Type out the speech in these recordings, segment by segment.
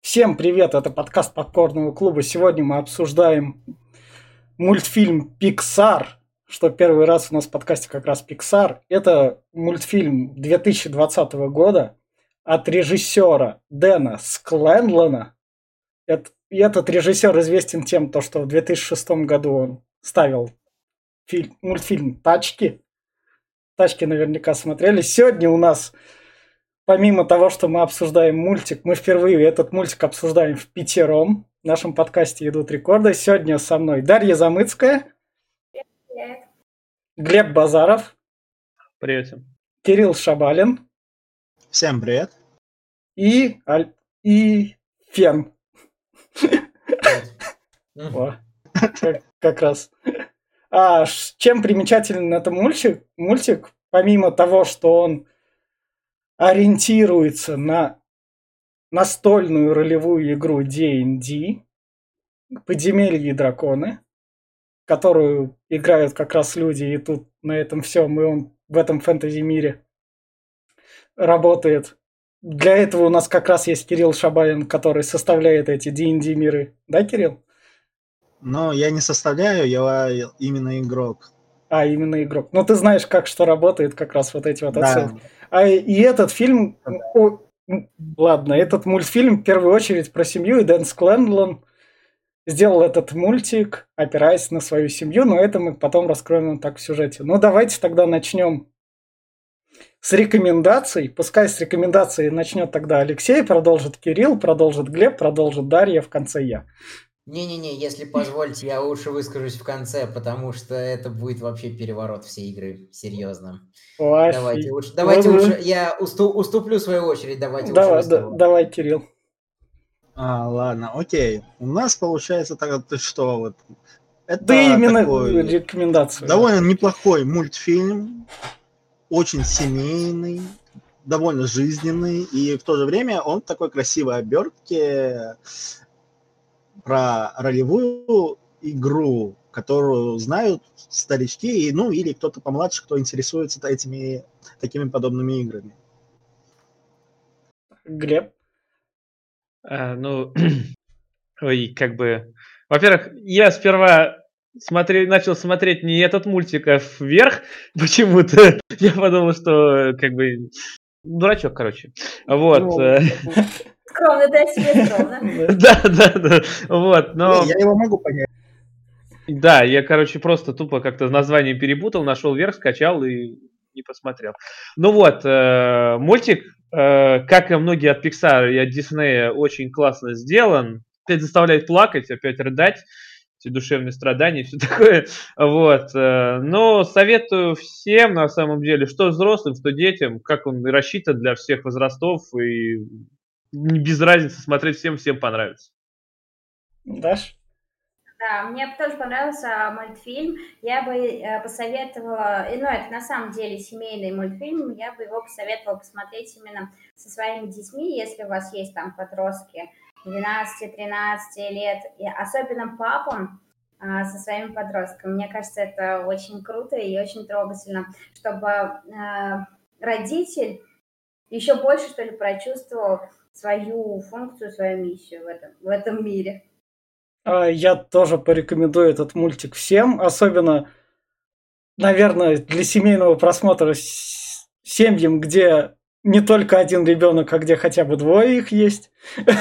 Всем привет, это подкаст Попкорного клуба. Сегодня мы обсуждаем мультфильм Pixar, что первый раз у нас в подкасте как раз Pixar. Это мультфильм 2020 года от режиссера Дэна Скленлана. Этот режиссер известен тем, что в 2006 году он ставил мультфильм «Тачки». «Тачки» наверняка смотрели. Сегодня у нас, помимо того, что мы обсуждаем мультик, мы впервые этот мультик обсуждаем впятером. В нашем подкасте идут рекорды. Сегодня со мной Дарья Замыцкая, Привет. Глеб Базаров, Привет всем. Кирилл Шабалин Всем привет. и Фен. О, как раз. Чем примечателен этот мультик, помимо того, что он ориентируется на настольную ролевую игру D&D «Подземелье и драконы», которую играют как раз люди, и тут на этом всем, и он в этом фэнтези-мире работает. Для этого у нас как раз есть Кирилл Шабалин, который составляет эти D&D миры. Да, Кирилл? Но я не составляю, я именно игрок. Именно игрок. Ну, ты знаешь, как что работает, как раз вот эти вот отсылки. Да. И этот фильм... Ладно, этот мультфильм в первую очередь про семью, и Дэн Скленлан сделал этот мультик, опираясь на свою семью, но это мы потом раскроем так в сюжете. Ну, давайте тогда начнем с рекомендаций. Пускай с рекомендаций начнет тогда Алексей, продолжит Кирилл, продолжит Глеб, продолжит Дарья, в конце я. Не-не-не, если позволите, я лучше выскажусь в конце, потому что это будет вообще переворот всей игры, серьезно. Давайте лучше, я уступлю свою очередь, давайте лучше. Давай, Кирилл. Ладно, окей. У нас получается так, что вот это да именно такой рекомендацию. Довольно неплохой мультфильм, очень семейный, довольно жизненный, и в то же время он в такой красивой обертке про ролевую игру, которую знают старички, или кто-то помладше, кто интересуется такими подобными играми. Глеб? Во-первых, я сперва начал смотреть не этот мультик, а вверх почему-то. Я подумал, что дурачок, короче. Вот. Скромно, дай себе скромно. Да. Вот, но... Я его могу понять. Да, я, просто тупо как-то название перепутал, нашел вверх, скачал и не посмотрел. Ну вот, мультик, как и многие от Pixar и от Disney, очень классно сделан. Опять заставляет плакать, опять рыдать, эти душевные страдания и все такое. Вот. Но советую всем, на самом деле, что взрослым, что детям, как он рассчитан для всех возрастов, и без разницы смотреть всем понравится. Даш? Да, мне тоже понравился мультфильм. Я бы посоветовала, это на самом деле семейный мультфильм, я бы его посоветовала посмотреть именно со своими детьми, если у вас есть там подростки 12-13 лет, и особенно папам со своими подростками. Мне кажется, это очень круто и очень трогательно, чтобы родитель еще больше, что ли, прочувствовал свою функцию, свою миссию в этом мире. Я тоже порекомендую этот мультик всем, особенно, наверное, для семейного просмотра семьям, где не только один ребенок, а где хотя бы двое их есть.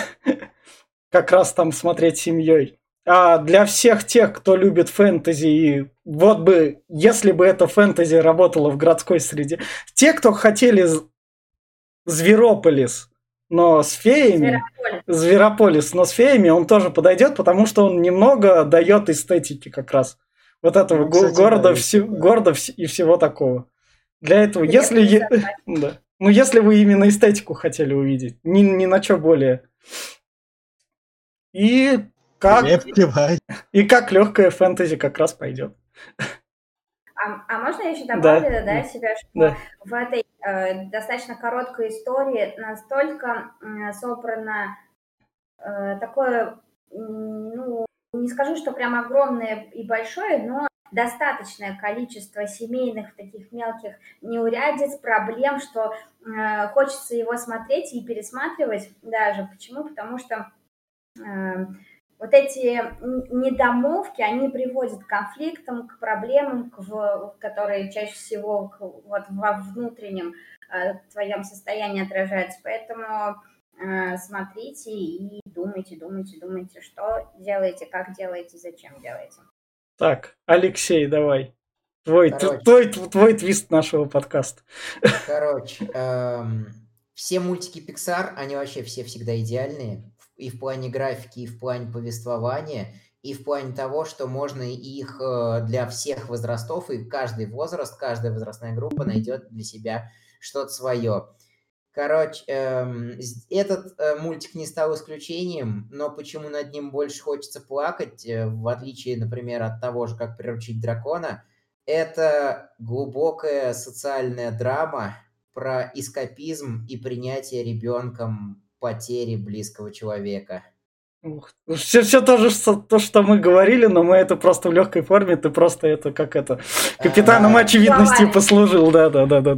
Как раз там смотреть семьей. А для всех тех, кто любит фэнтези, и вот бы, если бы это фэнтези работало в городской среде, те, кто хотели Зверополис, но с феями, Зверополис, но с феями, он тоже подойдет, потому что он немного дает эстетики как раз. Вот этого города и всего такого. Для этого, если вы именно эстетику хотели увидеть, ни на что более. И как легкая фэнтези как раз пойдет. А можно я еще добавлю, себя, что в этой достаточно короткой истории настолько собрано такое, не скажу, что прям огромное и большое, но достаточное количество семейных таких мелких неурядиц, проблем, что хочется его смотреть и пересматривать даже. Почему? Потому что вот эти недомолвки, они приводят к конфликтам, к проблемам, которые чаще всего вот во внутреннем твоем состоянии отражаются. Поэтому смотрите и думайте, что делаете, как делаете, зачем делаете. Так, Алексей, давай. Твой твист нашего подкаста. Короче, все мультики Pixar, они вообще все всегда идеальные. И в плане графики, и в плане повествования, и в плане того, что можно их для всех возрастов, и каждый возраст, каждая возрастная группа найдет для себя что-то свое. Короче, этот мультик не стал исключением, но почему над ним больше хочется плакать, в отличие, например, от того же, как приручить дракона, это глубокая социальная драма про эскапизм и принятие ребенком потери близкого человека. Все то, что мы говорили, но мы это просто в легкой форме, ты просто это как это капитаном очевидности послужил, да.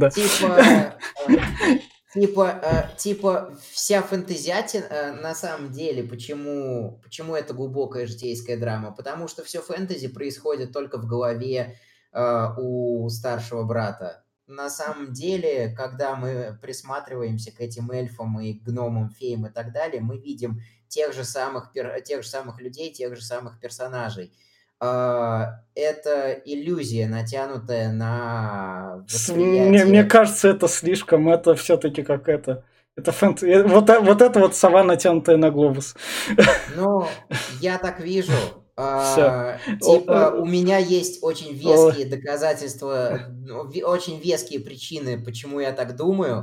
Типа вся фэнтезиатина, на самом деле, почему это глубокая житейская драма? Потому что все фэнтези происходит только в голове у старшего брата. На самом деле, когда мы присматриваемся к этим эльфам и гномам, феям и так далее, мы видим тех же самых людей, тех же самых персонажей. Это иллюзия, натянутая на восприятие. Мне кажется, это слишком, это все-таки как это фэнтези. Вот это вот сова, натянутая на глобус. Ну, я так вижу. Типа, у меня есть очень веские доказательства, очень веские причины, почему я так думаю.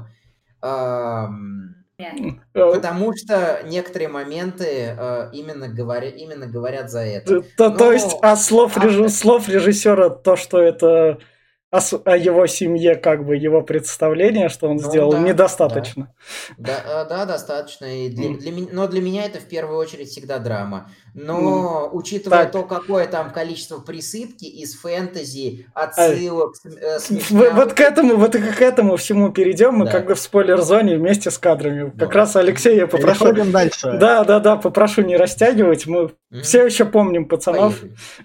Потому что некоторые моменты именно говорят за это. То есть, слов режиссера, то, что это о его семье, как бы его представление, что он сделал, недостаточно. Да, достаточно. Но для меня это в первую очередь всегда драма. Но учитывая то, какое там количество присыпки из фэнтези, отсылок, смешных... Вот к этому всему перейдем. Мы как бы в спойлер-зоне вместе с кадрами. Как раз Алексей, я попрошу... Переходим дальше. Да, попрошу не растягивать. Мы все еще помним пацанов.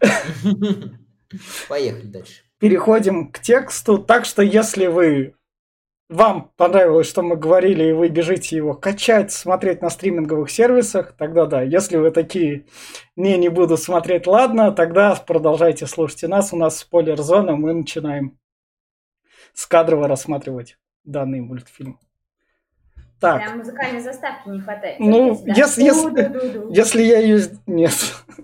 Поехали дальше. Переходим к тексту. Так что, если вам понравилось, что мы говорили, и вы бежите его качать, смотреть на стриминговых сервисах, тогда да. Если вы такие, не буду смотреть, ладно, тогда продолжайте слушать нас. У нас спойлер-зона, мы начинаем скадрово рассматривать данный мультфильм. Так. Прям музыкальной заставки не хватает. Ну, если я ее... Нет.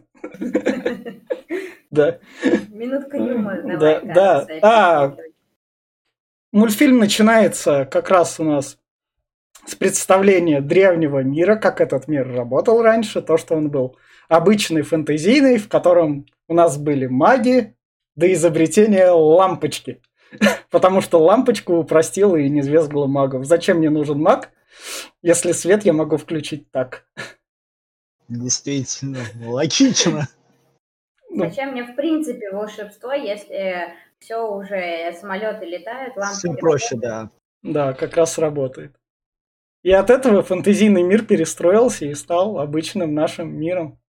Да. Минутка юмора. Да. Мультфильм начинается как раз у нас с представления древнего мира, как этот мир работал раньше, то, что он был обычный фэнтезийный, в котором у нас были маги до изобретения лампочки. Потому что лампочку упростила и низвергла магов. Зачем мне нужен маг, если свет я могу включить так? Действительно, логично. Зачем мне в принципе волшебство, если все уже самолеты летают, лампы... Все проще, да. Да, как раз работает. И от этого фэнтезийный мир перестроился и стал обычным нашим миром.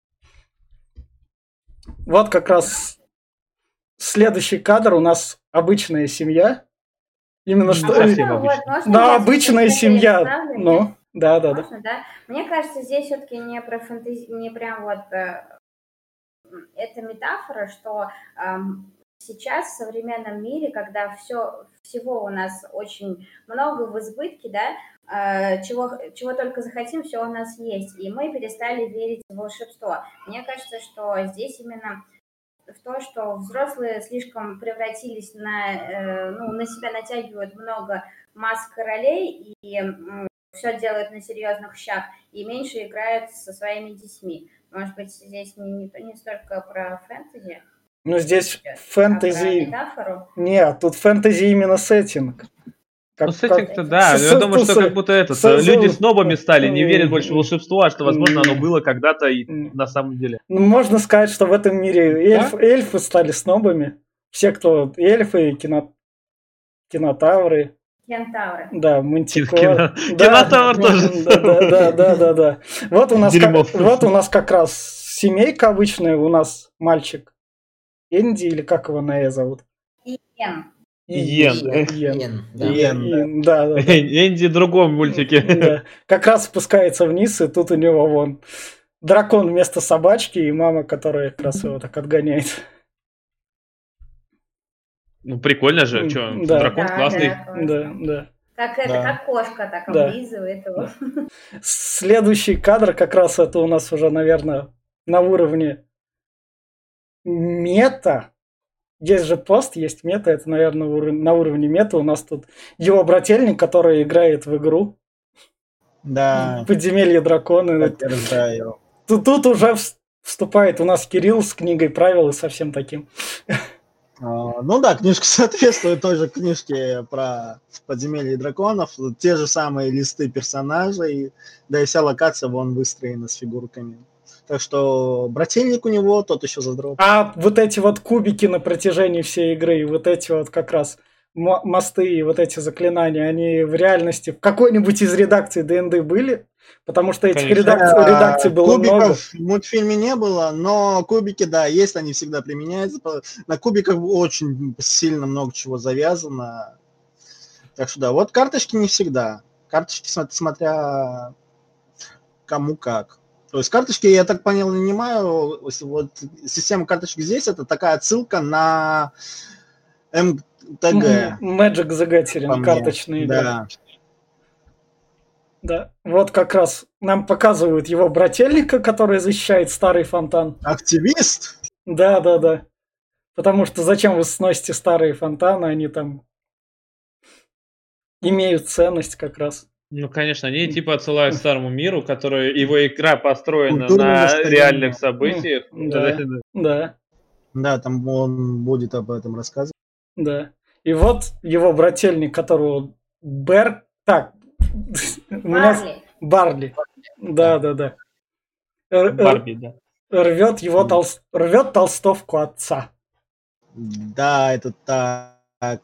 Вот как раз следующий кадр у нас обычная семья. Именно что... Да, обычная семья. Ну, да. Мне кажется, здесь все-таки не про фэнтези, не прям вот... Это метафора, что сейчас в современном мире, когда всего у нас очень много в избытке, да, чего только захотим, все у нас есть, и мы перестали верить в волшебство. Мне кажется, что здесь именно в то, что взрослые слишком превратились на себя натягивают много маск ролей и все делают на серьезных щах, и меньше играют со своими детьми. Может быть, здесь не столько про фэнтези. Ну, здесь фэнтези... Про метафору? Нет, тут фэнтези именно сеттинг. Ну, сеттинг-то, да. Я думаю, что как будто люди снобами стали, не верят больше в волшебство, а что, возможно, оно было когда-то и на самом деле. Ну, можно сказать, что в этом мире эльфы стали снобами. Все, кто эльфы, кинотавры. Кентавры. Да, мантикор. Кинотавр тоже. Да. Вот у нас как раз семейка обычная, у нас мальчик Энди, или как его на «э» зовут? Иен. Да. Энди в другом мультике. Да. Как раз спускается вниз, и тут у него вон дракон вместо собачки, и мама, которая как раз его так отгоняет. Ну, прикольно же, что, дракон классный. Да. Как кошка так облизывает его. Следующий кадр как раз это у нас уже, наверное, на уровне мета. Есть же пост, есть мета, это, наверное, на уровне мета. У нас тут его брательник, который играет в игру. Да. Подземелье дракона. Тут уже вступает у нас Кирилл с книгой правил и со всем таким. Ну да, книжка соответствует той же книжке про подземелье драконов. Те же самые листы персонажей, да и вся локация вон выстроена с фигурками. Так что брательник у него тот еще задрот. А вот эти вот кубики на протяжении всей игры, вот эти вот как раз мосты и вот эти заклинания, они в реальности в какой-нибудь из редакций ДНД были? Потому что этих редакций было кубиков много. В мультфильме не было, но кубики, да, есть, они всегда применяются. На кубиках очень сильно много чего завязано. Так что да, вот карточки не всегда. Карточки, смотря кому как. То есть карточки, я так понимаю, вот система карточек здесь, это такая отсылка на МТГ. Magic the Gathering, карточные игры. Да, вот как раз нам показывают его брательника, который защищает старый фонтан. Активист? Да. Потому что зачем вы сносите старые фонтаны, они там имеют ценность как раз. Ну, конечно, они типа отсылают старому миру, который его игра построена на реальных событиях. Да, там он будет об этом рассказывать. Да. И вот его брательник, которого Барли. Да. Барби, да. Рвет толстовку отца. Да, это так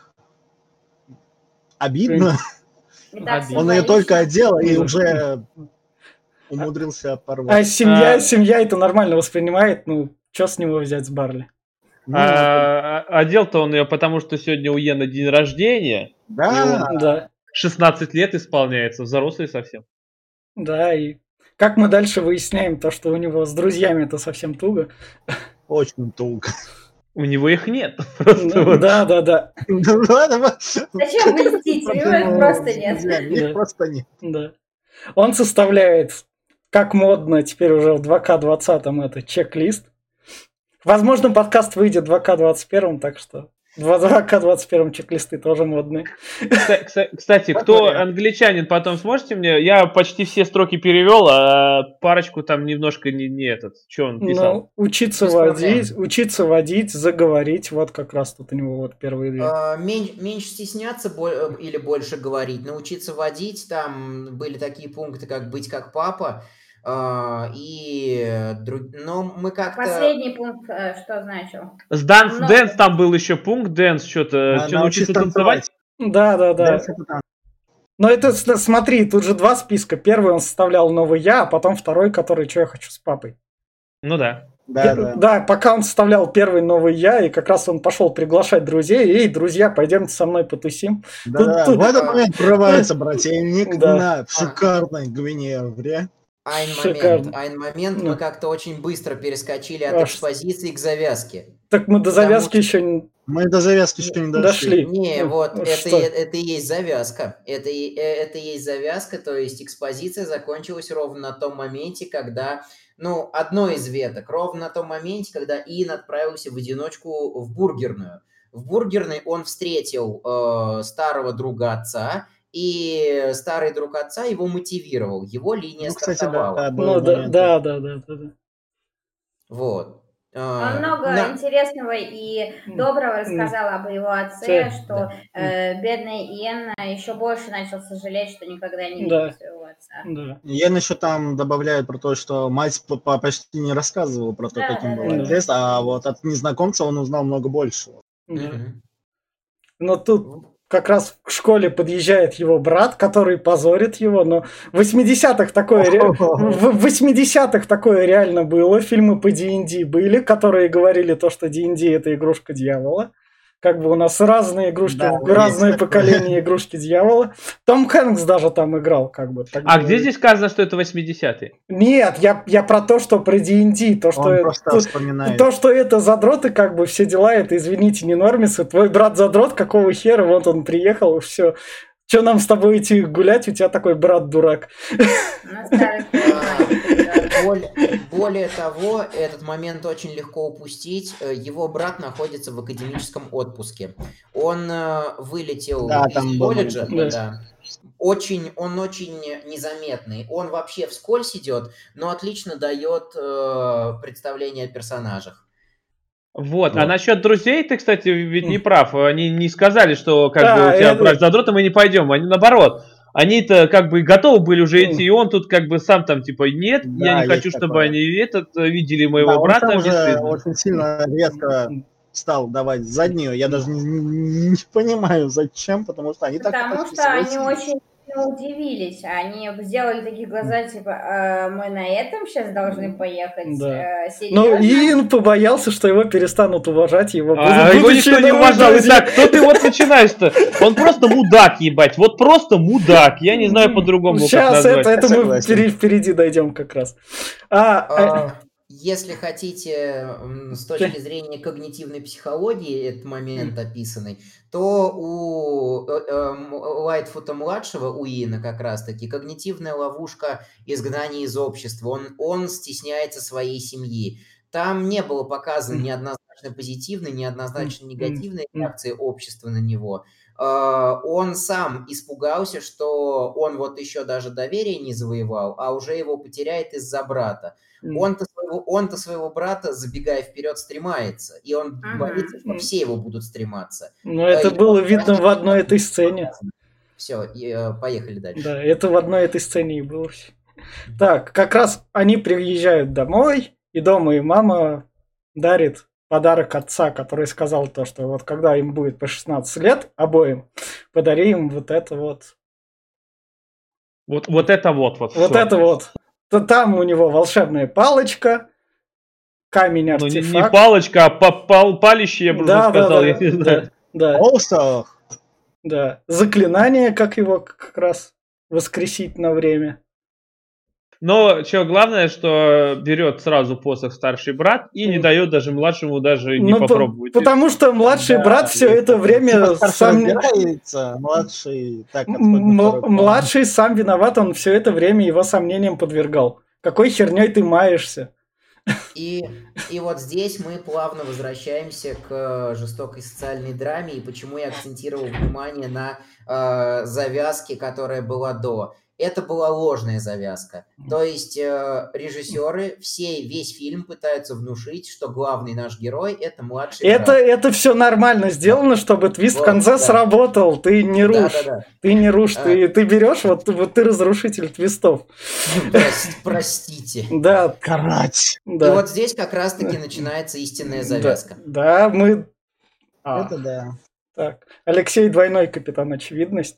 обидно. Он ее только одел и уже умудрился порвать. А семья это нормально воспринимает, ну, что с него взять с Барли? Одел-то он ее, потому что сегодня у Йена день рождения. Да. 16 лет исполняется, взрослый совсем. Да, и как мы дальше выясняем то, что у него с друзьями это совсем туго. Очень туго. У него их нет. Да. Зачем блестить? У него их просто нет. Их просто нет. Да. Он составляет, как модно теперь уже в 2К20 это чек-лист. Возможно, подкаст выйдет в 2К21, так что в 2К21 чек-листы тоже модные. Кстати, кто англичанин, потом сможете мне? Я почти все строки перевел, а парочку там немножко не этот. Что он писал? Ну, учиться водить, заговорить. Вот как раз тут у него вот первые две. Меньше стесняться или больше говорить. Научиться водить. Там были такие пункты, как быть как папа. Но мы как-то... Последний пункт что значил? С дэнс там был еще пункт, дэнс, что-то научиться танцевать. Да. Но это, смотри, тут же два списка. Первый он составлял новый я, а потом второй, который «Что я хочу с папой». Ну да. Да, пока он составлял первый новый я, и как раз он пошел приглашать друзей. Эй, друзья, пойдемте со мной потусим. Да. В этот момент прорывается брательник на шикарной Гвиневре. Айн момент, мы как-то очень быстро перескочили от экспозиции к завязке. Так мы до завязки еще не дошли. Не, вот это и есть завязка. Это и есть завязка, то есть экспозиция закончилась ровно на том моменте, когда, одной из веток, ровно на том моменте, когда Иэн отправился в одиночку в бургерную. В бургерной он встретил старого друга отца, и старый друг отца его мотивировал. Его линия стартовала. Да. Вот. Он много На- интересного и доброго рассказал об его отце, что Да. бедный Иэн еще больше начал сожалеть, что никогда не Да. видел своего отца. Да. Я еще там добавляю про то, что мать почти не рассказывала про то, Да, каким да, был да. отец, а вот от незнакомца он узнал много больше. Да. Мгм. Но тут как раз к школе подъезжает его брат, который позорит его, но в 80-х в 80-х такое реально было, фильмы по D&D были, которые говорили то, что D&D это игрушка дьявола. Как бы у нас разные игрушки, Да, разные есть поколения игрушки дьявола. Том Хэнкс даже там играл, как бы. Так А было. где здесь сказано, что это 80-е? Нет, я про то, что про D&D, то, что Он просто вспоминает. то, что это задроты, как бы все дела, это, извините, не нормисы. Твой брат задрот, какого хера, вот он приехал, и все. Че нам с тобой идти гулять, у тебя такой брат дурак. На старых фильмах. Более того, этот момент очень легко упустить. Его брат находится в академическом отпуске. Он вылетел Да, из там был колледжа. момент. Да. Он очень незаметный. Он вообще вскользь идет, но отлично дает представление о персонажах. Вот. А Вот. насчет друзей ты, кстати, ведь не прав. Они не сказали, что как бы Да, у тебя это- брат задрот, и мы не пойдем. Они наоборот. Они-то как бы готовы были уже идти, и он тут как бы сам там типа нет, я Да, не хочу, есть чтобы такое. они видели Да, моего он брата. сам Мне уже стыдно. очень сильно резко стал давать заднюю. Я даже не понимаю, зачем, потому что они так Потому почти что они согласились. очень сильно удивились. Они сделали такие глаза, типа, мы на этом сейчас должны поехать? Да. Серьезно? Ну, Иэн побоялся, что его перестанут уважать, его А его будущие никто не новые уважал. друзья. Итак, кто ты вот начинаешь-то? Он просто мудак, ебать. Вот просто мудак. Я не знаю по-другому, как Сейчас назвать. это мы Согласен. впереди дойдем как раз. Если хотите, с точки зрения когнитивной психологии, этот момент описанный, то у Лайтфута-младшего, у Иэна как раз-таки, когнитивная ловушка изгнания из общества. Он стесняется своей семьи. Там не было показано неоднозначно позитивной, неоднозначно негативной реакции общества на него. Он сам испугался, что он вот еще даже доверие не завоевал, а уже его потеряет из-за брата. Он-то своего брата, забегая вперед, стремается, и он боится, что все его будут стрематься. Но это было видно в одной этой сцене. Все, поехали дальше. Да, это в одной этой сцене и было. Так, как раз они приезжают домой, и дома и мама дарит подарок отца, который сказал то, что вот когда им будет по 16 лет обоим, подари им вот это вот. Вот это вот. Вот всё. это вот. То там у него волшебная палочка, камень Ну, артефакт. не палочка, а палище, я бы уже сказал. Я не знаю. да. Also, Да. Заклинание, как его как раз воскресить на время. Но что главное, что берет сразу посох старший брат и не дает даже младшему даже не попробовать. Потому что младший да, брат все это время типа старший сам... разбирается, младший так отходит на второй план. Младший сам виноват, он все это время его сомнениям подвергал. Какой херней ты маешься? И вот здесь мы плавно возвращаемся к жестокой социальной драме, и почему я акцентировал внимание на завязке, которая была до. Это была ложная завязка. То есть режиссеры весь фильм пытаются внушить, что главный наш герой — это младший брат. Это все нормально сделано, чтобы твист в конце сработал. Ты не рушь. Ты не рушь. Ты берешь, вот ты разрушитель твистов. Простите. Да. Карать. И вот здесь как раз-таки начинается истинная завязка. Да, мы... Это да. Так, Алексей двойной капитан очевидность.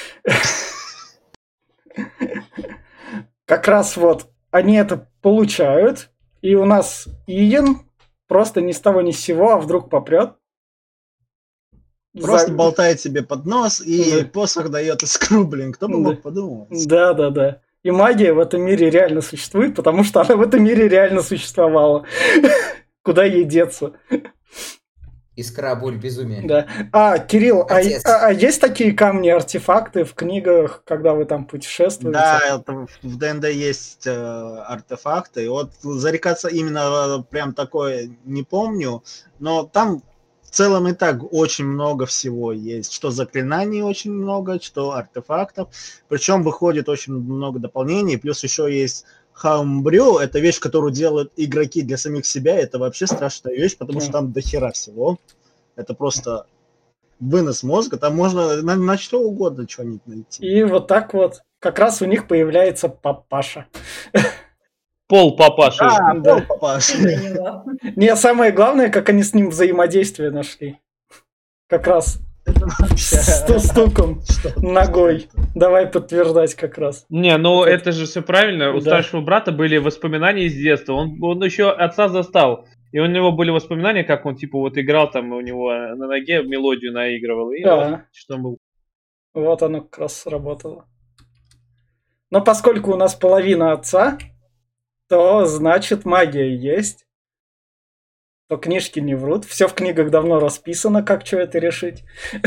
Как раз вот они это получают, и у нас Иэн просто ни с того ни с сего, а вдруг попрет. Просто болтает себе под нос, и посох дает искру, блин. Кто бы мог подумать? Да. И магия в этом мире реально существует, потому что она в этом мире реально существовала. Куда ей деться? Искра, боль, безумие. Да. Кирилл, а есть такие камни-артефакты в книгах, когда вы там путешествуете? Да, в ДНД есть артефакты. Вот зарекаться именно прям такое не помню, но там в целом и так очень много всего есть. Что заклинаний очень много, что артефактов. Причем выходит очень много дополнений, плюс еще есть Homebrew — это вещь, которую делают игроки для самих себя. Это вообще страшная вещь, потому что там дохера всего. Это просто вынос мозга. Там можно на что угодно что-нибудь найти. И вот так вот как раз у них появляется папаша. Пол папашу. Да. Папаша. Из-за него. Не, самое главное, как они с ним взаимодействие нашли. Как раз с стуком ногой. Давай подтверждать как раз. Не, ну это же все правильно. У Да. старшего брата были воспоминания из детства. Он еще отца застал. И у него были воспоминания, как он типа вот играл там у него на ноге мелодию наигрывал. И Да. вот, что был. Вот оно как раз сработало. Но поскольку у нас половина отца, то значит магия есть. То книжки не врут. Все в книгах давно расписано, как что это решить.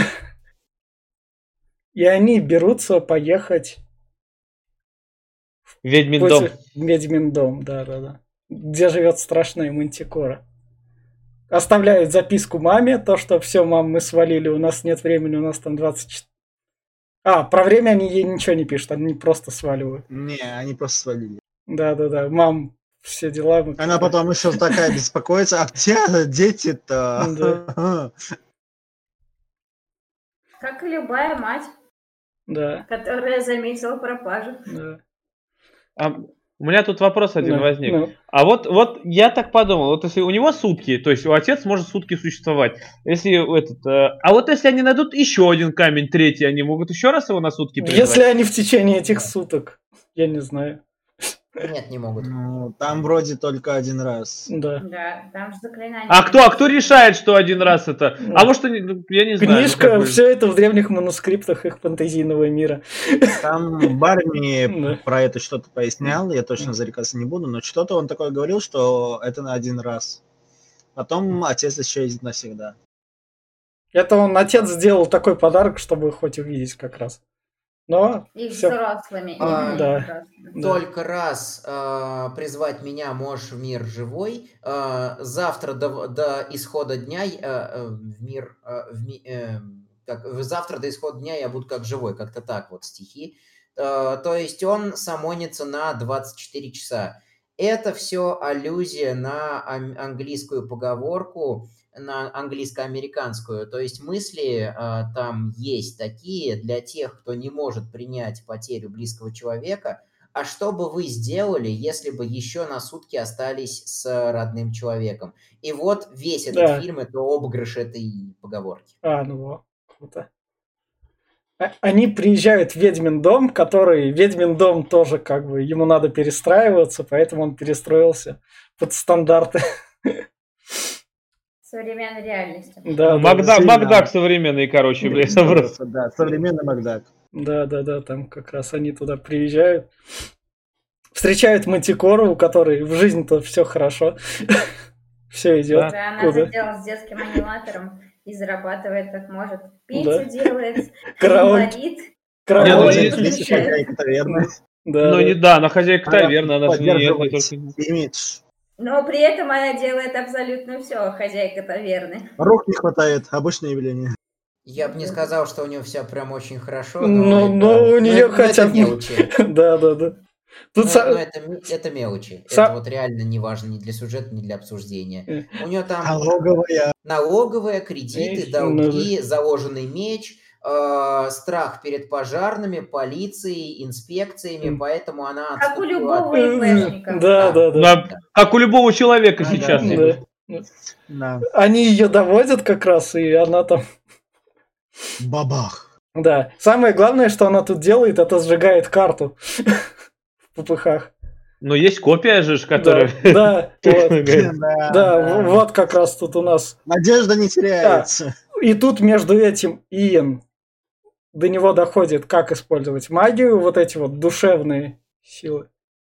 И они берутся поехать Ведьмин дом. в Ведьмин дом, да. Где живет страшная Мантикора. Оставляют записку маме, то, что все, мам, мы свалили, у нас нет времени, у нас там 24... про время они ей ничего не пишут, они просто сваливают. Не, они просто свалили. Да, мам, все дела. Она потом еще такая беспокоится, а где дети-то? Как и любая мать, Да. которая заметила пропажу. Да. У меня тут вопрос один Да, возник. ну. А вот я так подумал, вот если у него сутки, то есть у отец может сутки существовать, если а вот если они найдут еще один камень, третий, они могут еще раз его на сутки призвать? Если они в течение этих суток, я не знаю. Нет, не могут. Ну, там вроде только один раз. Да. Да, там же заклинание. А кто решает, что один раз это? А может, я не знаю. Книжка, все это в древних манускриптах их фэнтезийного мира. Там Барни Да. про это что-то пояснял, я точно зарекаться не буду, но что-то он такое говорил, что это на один раз. Потом отец исчезнет навсегда. Это отец сделал такой подарок, чтобы хоть увидеть как раз. Но И всё. взрослыми. Да. Только раз призвать меня можешь в мир живой. Завтра до исхода дня завтра до исхода дня я буду как живой, как-то так вот стихи. То есть он самонится на 24 часа. Это все аллюзия на английскую поговорку, на английско-американскую. То есть мысли там есть такие для тех, кто не может принять потерю близкого человека. А что бы вы сделали, если бы еще на сутки остались с родным человеком? И вот весь этот фильм — это обыгрыш этой поговорки. Круто. Они приезжают в Ведьмин дом, Ведьмин дом тоже как бы ему надо перестраиваться, поэтому он перестроился под стандарты. Современной реальности. Да, Макдак современный, короче, блядь. Да, современный Макдак. Да, там как раз они туда приезжают. Встречают Мантикору, у которой в жизни-то все хорошо. Все идет. Да, она задела с детским аниматором и зарабатывает как может. Пиццу делает, говорит. Она хозяйка таверны, она же не имидж. Но при этом она делает абсолютно все, хозяйка таверны. Рук не хватает, обычное явление. Я бы не сказал, что у нее все прям очень хорошо, но у нее хотя бы... Это мелочи. Да. Но это мелочи. Это вот реально не важно ни для сюжета, ни для обсуждения. У нее там налоговая, кредиты, долги, заложенный меч, страх перед пожарными, полицией, инспекциями, поэтому она... Как у любого ИПшника. Да. Как у любого человека сейчас. Да. Они ее доводят как раз, и она там... Бабах. Да. Самое главное, что она тут делает, это сжигает карту в попыхах. Но есть копия же, которая... Да, вот как раз тут у нас... Надежда не теряется. И тут между этим Иэн до него доходит, как использовать магию, вот эти вот душевные силы.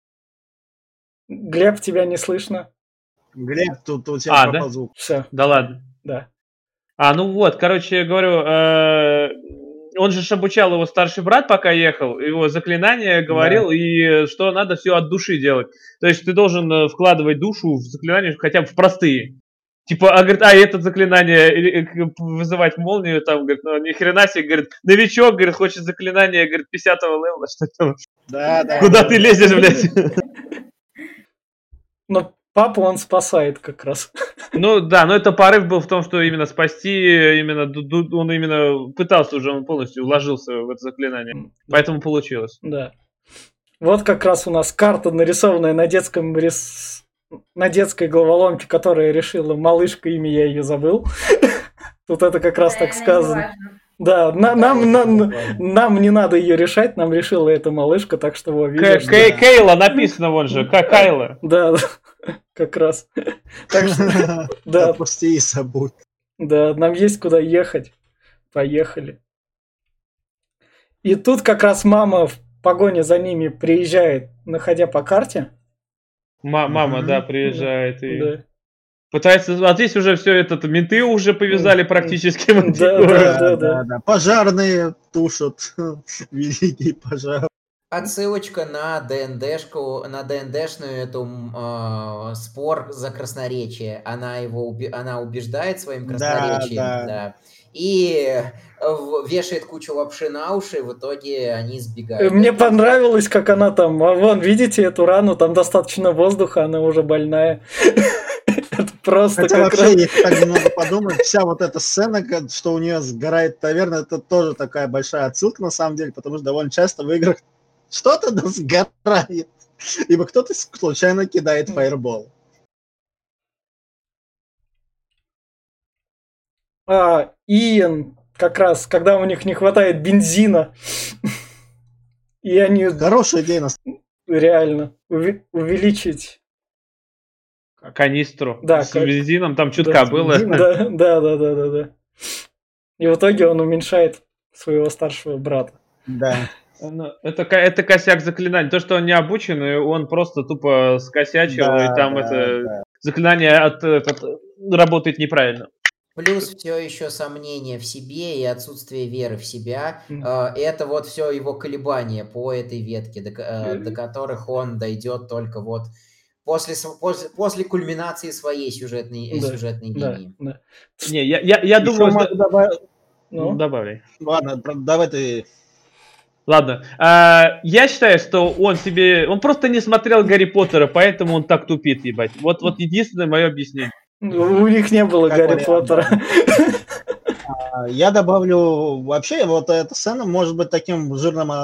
Глеб, тебя не слышно? Глеб, тут у тебя пропал звук. Все. Да ладно. Да. Короче, я говорю, он же обучал его старший брат, пока ехал, его заклинание говорил, и что надо все от души делать. То есть ты должен вкладывать душу в заклинания хотя бы в простые. Типа, говорит, это заклинание вызывать молнию, там, говорит, ну, ни хрена себе, говорит, новичок, говорит, хочет заклинание, говорит, 50-го левела, что там. Да. Куда ты лезешь, блядь? Но папу он спасает как раз. Ну да, но это порыв был в том, что именно спасти, именно он именно пытался уже, он полностью уложился в это заклинание. Поэтому получилось. Да. Вот как раз у нас карта, нарисованная на на детской головоломке, которая решила малышка, имя я ее забыл. Тут это как раз так сказано. Да, нам не надо ее решать, нам решила эта малышка, так что вот видишь. Кейла написано вон же, как Кайла. Да, как раз. Так что, да. Отпусти и забудь. Да, нам есть куда ехать. Поехали. И тут как раз мама в погоне за ними приезжает, находя по карте. Мама, да, приезжает и Да. пытается... А здесь уже все это, менты уже повязали практически. Да. Пожарные тушат великий пожар. Отсылочка на ДНДшку, на ДНДшную эту спор за красноречие. Она убеждает своим красноречием, да. И вешает кучу лапши на уши, и в итоге они сбегают. Мне понравилось, как она там, вон, видите эту рану, там достаточно воздуха, она уже больная. Это просто Хотя как вообще, раз... если так немного подумать, вся вот эта сцена, что у нее сгорает таверна, это тоже такая большая отсылка на самом деле, потому что довольно часто в играх что-то да сгорает, ибо кто-то случайно кидает фаербол. Иэн, как раз, когда у них не хватает бензина, и они Хорошая идея. реально увеличить... Канистру Да, с бензином, там чутка да, было. Да. И в итоге он уменьшает своего старшего брата. Да. Это косяк заклинаний. То, что он не обученный, он просто тупо скосячил, Да, и там заклинание работает неправильно. Плюс все еще сомнения в себе и отсутствие веры в себя. Это вот все его колебания по этой ветке, до которых он дойдет только вот после кульминации своей сюжетной линии. Да. Не, я думаю, Ну? добавляй. Ладно, давай ты. Ладно. Я считаю, что он просто не смотрел Гарри Поттера, поэтому он так тупит, ебать. Вот единственное мое объяснение. У них не было Гарри Поттера. Я добавлю, вообще, вот эта сцена может быть таким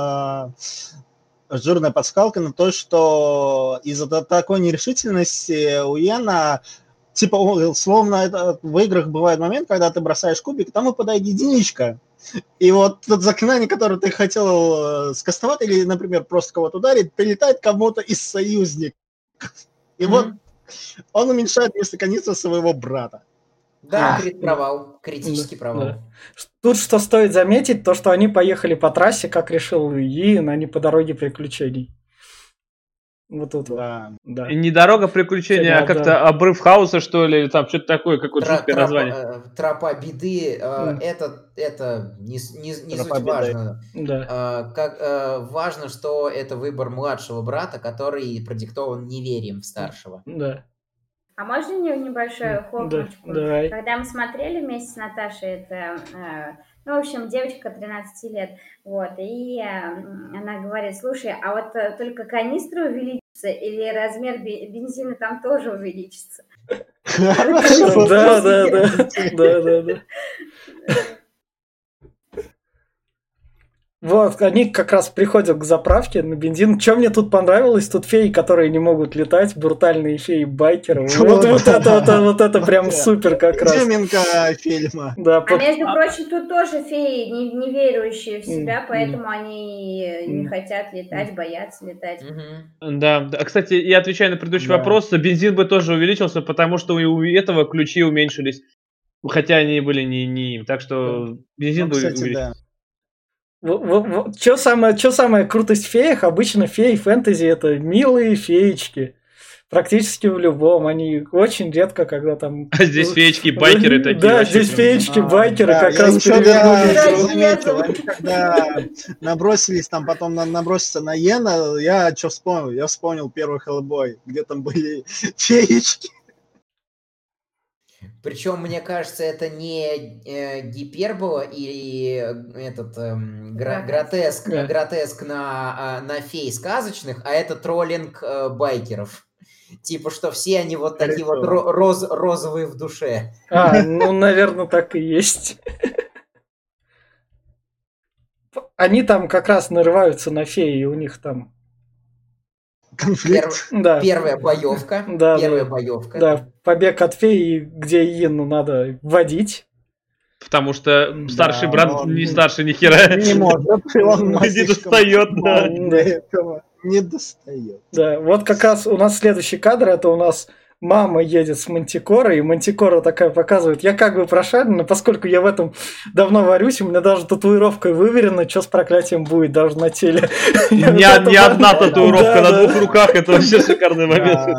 жирной подсказкой на то, что из-за такой нерешительности у Иэна, типа, словно в играх бывает момент, когда ты бросаешь кубик, там выпадает единичка. И вот тот заклинание, которое ты хотел скастовать, или, например, просто кого-то ударить, прилетает кому-то из союзников. И вот он уменьшает вместо канистра своего брата. Да, критический провал. Да. Тут что стоит заметить, то что они поехали по трассе, как решил Иэн, а не по дороге приключений. Вот тут. Да. И не дорога приключения, а как-то обрыв хаоса, что ли, или там что-то такое, какое-то жуткое название. Тропа беды, это не суть важно. Да. Важно, что это выбор младшего брата, который продиктован неверием в старшего. Да. А можно небольшую хлопнучку? Давай. Когда мы смотрели вместе с Наташей, это, в общем, девочка 13 лет, вот, и она говорит, слушай, а вот только канистра увеличится или размер бензина там тоже увеличится? Да. Вот, они как раз приходят к заправке на бензин. Что мне тут понравилось? Тут феи, которые не могут летать, брутальные феи-байкеры. Вот это прям супер как раз. Изюминка фильма. А между прочим, тут тоже феи, не верующие в себя, поэтому они не хотят летать, боятся летать. Да, кстати, я отвечаю на предыдущий вопрос. Бензин бы тоже увеличился, потому что у этого ключи уменьшились. Хотя они были не им. Так что бензин бы увеличился. Что самая крутость в феях? Обычно феи фэнтези это милые феечки. Практически в любом. Они очень редко, когда там... А здесь феечки-байкеры такие. Да, здесь феечки-байкеры как раз перевернули. Они когда набросились, там потом наброситься на Иэна, я что вспомнил? Я вспомнил первый Hellboy, где там были феечки. Причем, мне кажется, это не гипербола или гротеск на фей сказочных, а это троллинг байкеров. Типа, что все они вот такие вот розовые в душе. Ну, наверное, так и есть. Они там как раз нарываются на феи, и у них там... Конфликт. Да. Первая боевка. Да, побег от феи, где Иену надо водить. Потому что старший брат не старше ни хера. Не может, он Не достает, да. для этого не достает. Да, вот как раз у нас следующий кадр, это у нас мама едет с Мантикорой, и Мантикора такая показывает, я как бы прошарена, но поскольку я в этом давно варюсь, у меня даже татуировкой выверено, что с проклятием будет даже на теле. Не одна татуировка на двух руках, это вообще шикарный момент.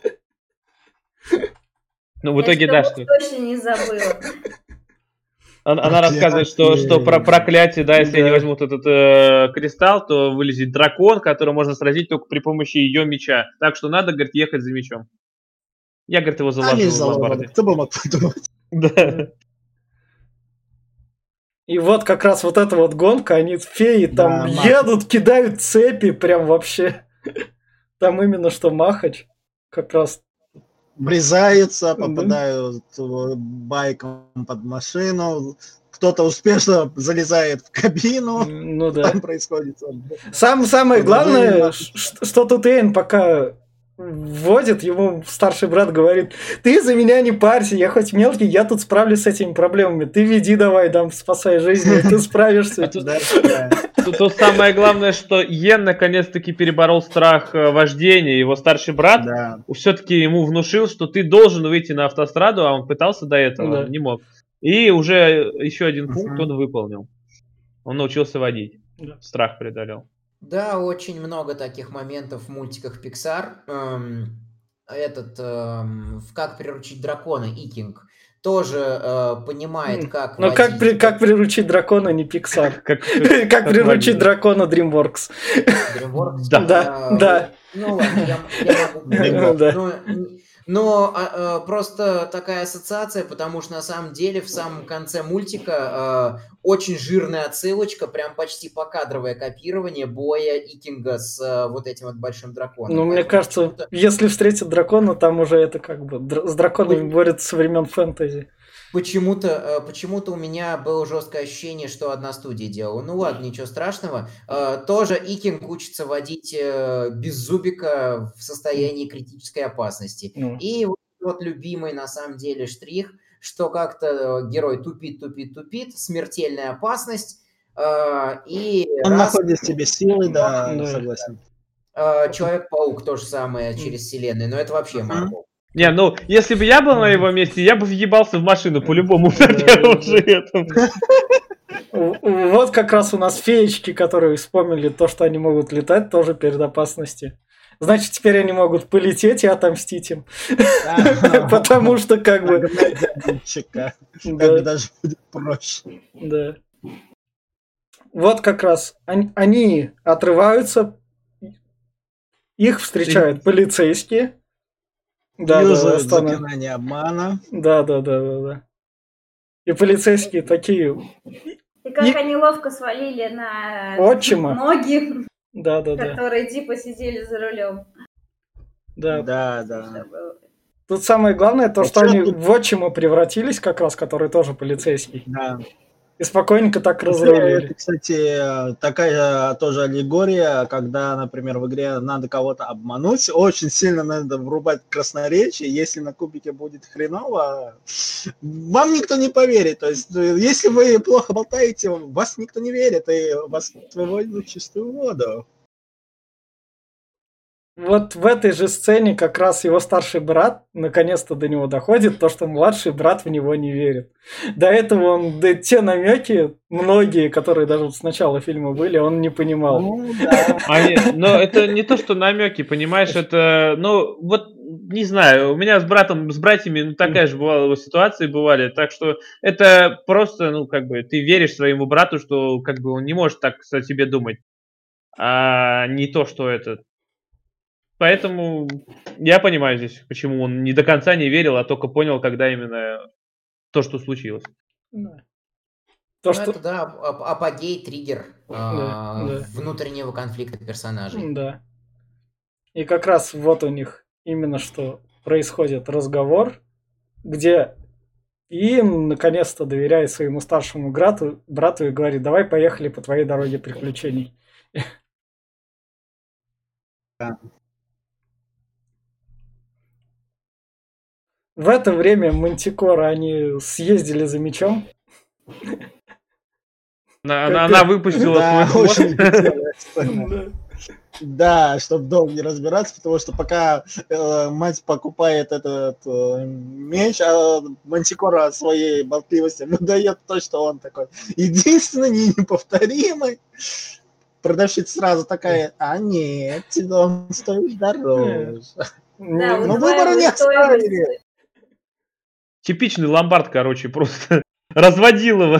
Ну, в итоге, да, что... точно не забыла. Она рассказывает, что про проклятие, да, если они возьмут этот кристалл, то вылезет дракон, которого можно сразить только при помощи ее меча. Так что надо, говорит, ехать за мечом. Я, говорит, его заложил в ломбарде. Кто бы мог подумать? Да. И вот как раз вот эта вот гонка, они феи там едут, кидают цепи, прям вообще. Там именно что Махач как раз... Врезаются, попадают байком под машину, кто-то успешно залезает в кабину, ну да. Там происходит. Самое главное, что тут Эйн пока вводит, ему старший брат говорит, ты за меня не парься, я хоть мелкий, я тут справлюсь с этими проблемами, ты веди давай, там, спасай жизнь, ты справишься. Тут самое главное, что Йен наконец-таки переборол страх вождения. Его старший брат все-таки ему внушил, что ты должен выйти на автостраду, а он пытался до этого, не мог. И уже еще один пункт он выполнил. Он научился водить. Страх преодолел. Да, очень много таких моментов в мультиках Pixar. В «Как приручить дракона» Икинг тоже понимает, как но водить. Как приручить дракона не Pixar. Как приручить дракона DreamWorks. DreamWorks? Да. Ну ладно, я могу. Но просто такая ассоциация, потому что на самом деле в самом конце мультика очень жирная отсылочка, прям почти покадровое копирование боя Икинга с вот этим вот большим драконом. Ну, мне кажется, если встретит дракона, там уже это как бы с драконами борются со времен фэнтези. Почему-то у меня было жесткое ощущение, что одна студия делала. Ну ладно, ничего страшного. Тоже Икинг учится водить без зубика в состоянии критической опасности. И вот любимый на самом деле штрих, что как-то герой тупит, смертельная опасность. И он находит в себе силы, да, согласен. Человек-паук то же самое через вселенную, но это вообще Марвел. Не, ну, если бы я был на его месте, я бы въебался в машину по-любому на первом же этом. Вот как раз у нас феечки, которые вспомнили то, что они могут летать, тоже перед опасностью. Значит, теперь они могут полететь и отомстить им. Потому что как бы... Даже будет проще. Да. Вот как раз они отрываются, их встречают полицейские. Заклинание обмана. Да. И полицейские такие... И как они ловко свалили на отчима. Ноги, да. которые типа сидели за рулем. Да. Тут самое главное то, что они в отчима превратились как раз, который тоже полицейский. Да. И спокойненько так разрулили. Это, кстати, такая тоже аллегория, когда, например, в игре надо кого-то обмануть, очень сильно надо врубать красноречие, если на кубике будет хреново, вам никто не поверит. То есть, если вы плохо болтаете, вас никто не верит, и вас выводят в чистую воду. Вот в этой же сцене как раз его старший брат наконец-то до него доходит, то, что младший брат в него не верит. До этого те намеки, многие, которые даже с начала фильма были, он не понимал. Но это не то, что намеки, понимаешь, это, не знаю, у меня с братьями такая же бывала ситуация бывали, так что это просто, ты веришь своему брату, что он не может так о тебе думать, а не то, что это... Поэтому я понимаю здесь, почему он не до конца не верил, а только понял, когда именно то, что случилось. Да. Ну, То, что... это, да, апогей, триггер да. внутреннего конфликта персонажей. Да. И как раз вот у них именно что происходит разговор, где Иэн наконец-то доверяет своему старшему брату и говорит: давай поехали по твоей дороге приключений. Да. В это время Мантикора, они съездили за мечом. Она выпустила Да, свой хвост. очень хотелось. Да, чтобы долго не разбираться, потому что пока мать покупает этот меч, а Мантикора своей болтливости выдает то, что он такой единственный, неповторимый. Продавщица сразу такая: а нет, он стоит дороже. Да, Но выбора не оставили. Типичный ломбард, короче, просто разводил его.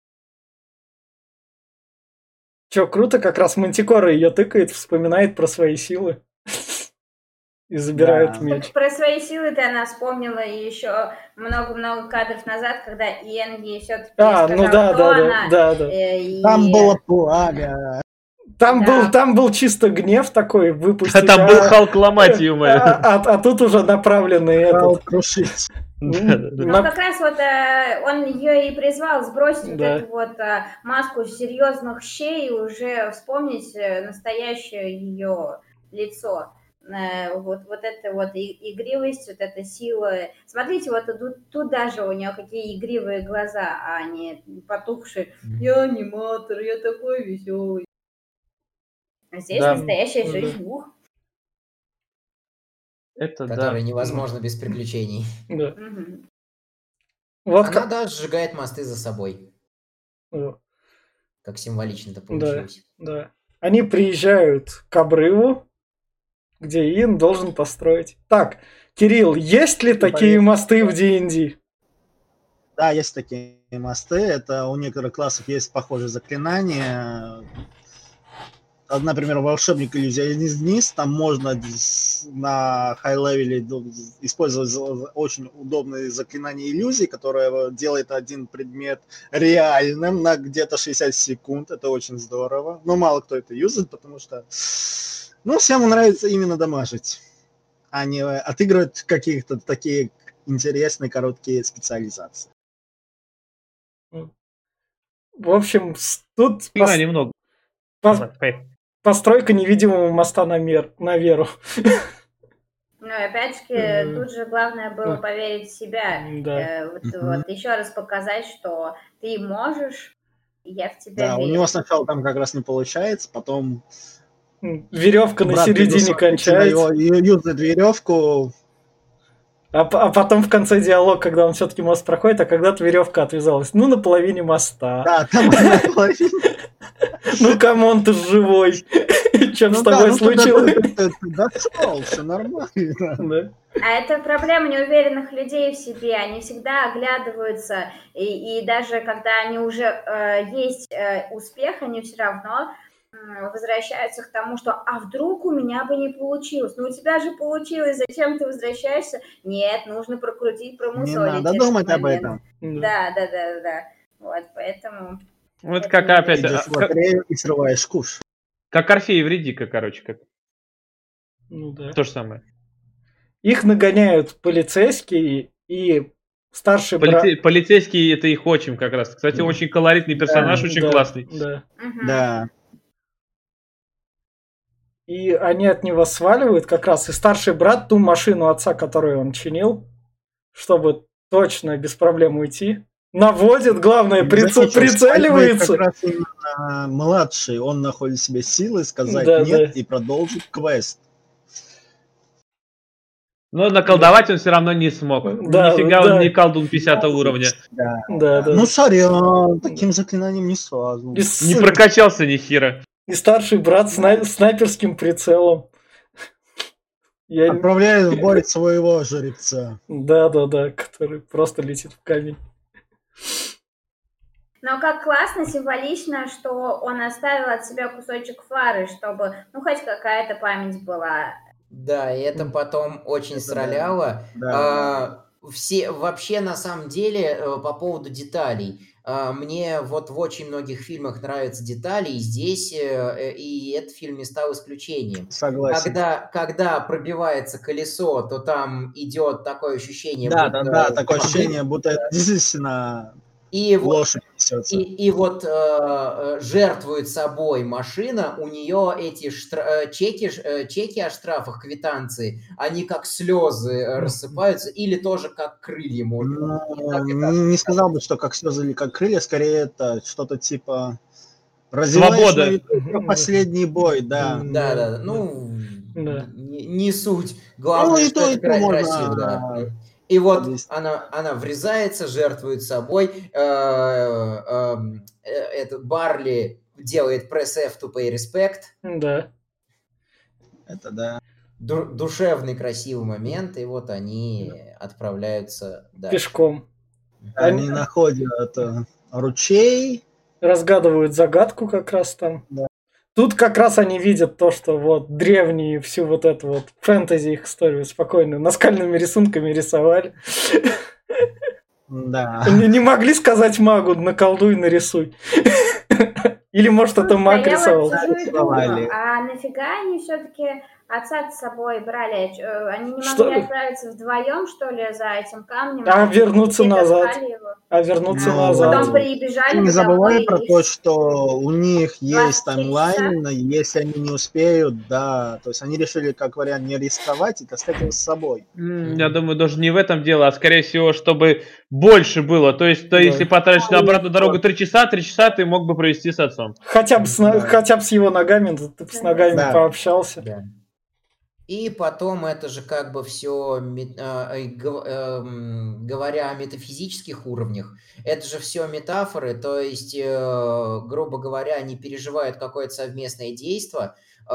Че, круто, как раз Мантикора ее тыкает, вспоминает про свои силы и забирает Да. меч. Так про свои силы-то она вспомнила еще много-много кадров назад, когда Иэн ей все-таки сказал, Ну кто она. да. Там было пламя. Там был чисто гнев такой выпустить. А там был Халк ломать, ё-моё. А тут уже направленный этот. Крушить. Ну, как раз вот он ее и призвал сбросить вот Да. эту вот маску серьезных щей и уже вспомнить настоящее ее лицо. Вот это вот игривость, вот эта сила. Смотрите, вот тут даже у нее какие игривые глаза, а не потухшие. Я аниматор, я такой веселый. А здесь Да. настоящая жизнь. Ух. Это Которое да. невозможно без приключений. Да. Мгм. Вот Она даже сжигает мосты за собой. Как символично-то получилось. Да. Они приезжают к обрыву, где Иэн должен построить. Так, Кирилл, есть ли такие мосты в D&D? Да, есть такие мосты. Это у некоторых классов есть похожие заклинания. Например, волшебник иллюзионист, там можно на хай-левеле использовать очень удобные заклинания иллюзий, которое делает один предмет реальным на где-то 60 секунд. Это очень здорово. Но мало кто это юзает, потому что всем нравится именно дамажить, а не отыгрывать какие-то такие интересные короткие специализации. В общем, тут немного. постройка невидимого моста на веру. Ну, и опять-таки, тут же главное было поверить в себя. Да. Вот еще раз показать, что ты можешь, и я в тебя Да, верю. у него сначала там как раз не получается, потом веревка на середине кончается. Юзает веревку. А потом в конце диалог, когда он все-таки мост проходит, а когда-то веревка отвязалась. Ну, на половине моста. Да, там на половине. Ну, камон, ты живой. Чем с тобой случилось? Да, все нормально. А это проблема неуверенных людей в себе. Они всегда оглядываются, и даже когда они уже есть успех, они все равно возвращаются к тому, что «а вдруг у меня бы не получилось?» Ну, у тебя же получилось, зачем ты возвращаешься? Нет, нужно прокрутить, промусолить. Не надо думать об этом. Да. Вот, поэтому... Вот как опять... Идешь в лотерею и срываешь куш. Как Орфей Евредика, короче. Как. Ну да. То же самое. Их нагоняют полицейские и старший брат... Полицейский — это их отчим как раз. Кстати, очень колоритный персонаж, очень классный. Да. И они от него сваливают как раз. И старший брат ту машину отца, которую он чинил, чтобы точно без проблем уйти, наводит, главное, прицеливается. Как раз именно младший, он находит в себе силы сказать нет и продолжить квест. Но наколдовать он все равно не смог. Нифига он не колдун 50 уровня. Да. Ну, сорян, таким заклинанием не сразу. Не прокачался ни хера. И старший брат с снайперским прицелом. Отправляет в бой своего жеребца. Да, который просто летит в камень. Но как классно, символично, что он оставил от себя кусочек фары, чтобы, хоть какая-то память была. Да, и это потом очень Это да. сраляло. Да. Все вообще на самом деле по поводу деталей. Мне вот в очень многих фильмах нравятся детали, и здесь и этот фильм не стал исключением. Согласен. Когда пробивается колесо, то там идет такое ощущение, Да, будто такое ощущение, будто это действительно и вот лошадь несется. И вот жертвует собой машина, у нее эти чеки о штрафах, квитанции, они как слезы рассыпаются, или тоже как крылья можно. И так, и так. Не сказал бы, что как слезы или как крылья, скорее это что-то типа развиваешь на Свобода. ветру про последний бой, да. Да, ну, Да. не суть. Главное, Ну, и что то, это и то красиво, да. можно И вот подвести. она врезается, жертвует собой. Этот Барли делает press F to pay respect. Да. Это да. Душевный, красивый момент, и вот они отправляются дальше. Пешком. Они находят ручей. Разгадывают загадку как раз там. Да. Тут как раз они видят то, что вот древние всю вот эту вот фэнтези их историю спокойно наскальными рисунками рисовали. Да. Не могли сказать магу, наколдуй, нарисуй. Или может это маг Я рисовал. вот сижу и думаю, Рисовали. а нафига они все-таки отца с собой брали? Они не Что? могли отправиться вдвоем, что ли, за этим камнем? А вернуться Где-то назад. искали его? А вернуться Ну, назад. Потом прибежали Не бы забывай домой про и то, что у них 24 есть таймлайн, если они не успеют, да. То есть они решили, как вариант, не рисковать и таскать его с собой. Я думаю, даже не в этом дело, а скорее всего, чтобы больше было. То есть, Да. если потратишь на обратную дорогу 3 часа ты мог бы провести с отцом. Хотя бы с его ногами, ты бы с ногами Да. пообщался. Да. И потом это же как бы все, говоря о метафизических уровнях, это же все метафоры, то есть, грубо говоря, они переживают какое-то совместное действие,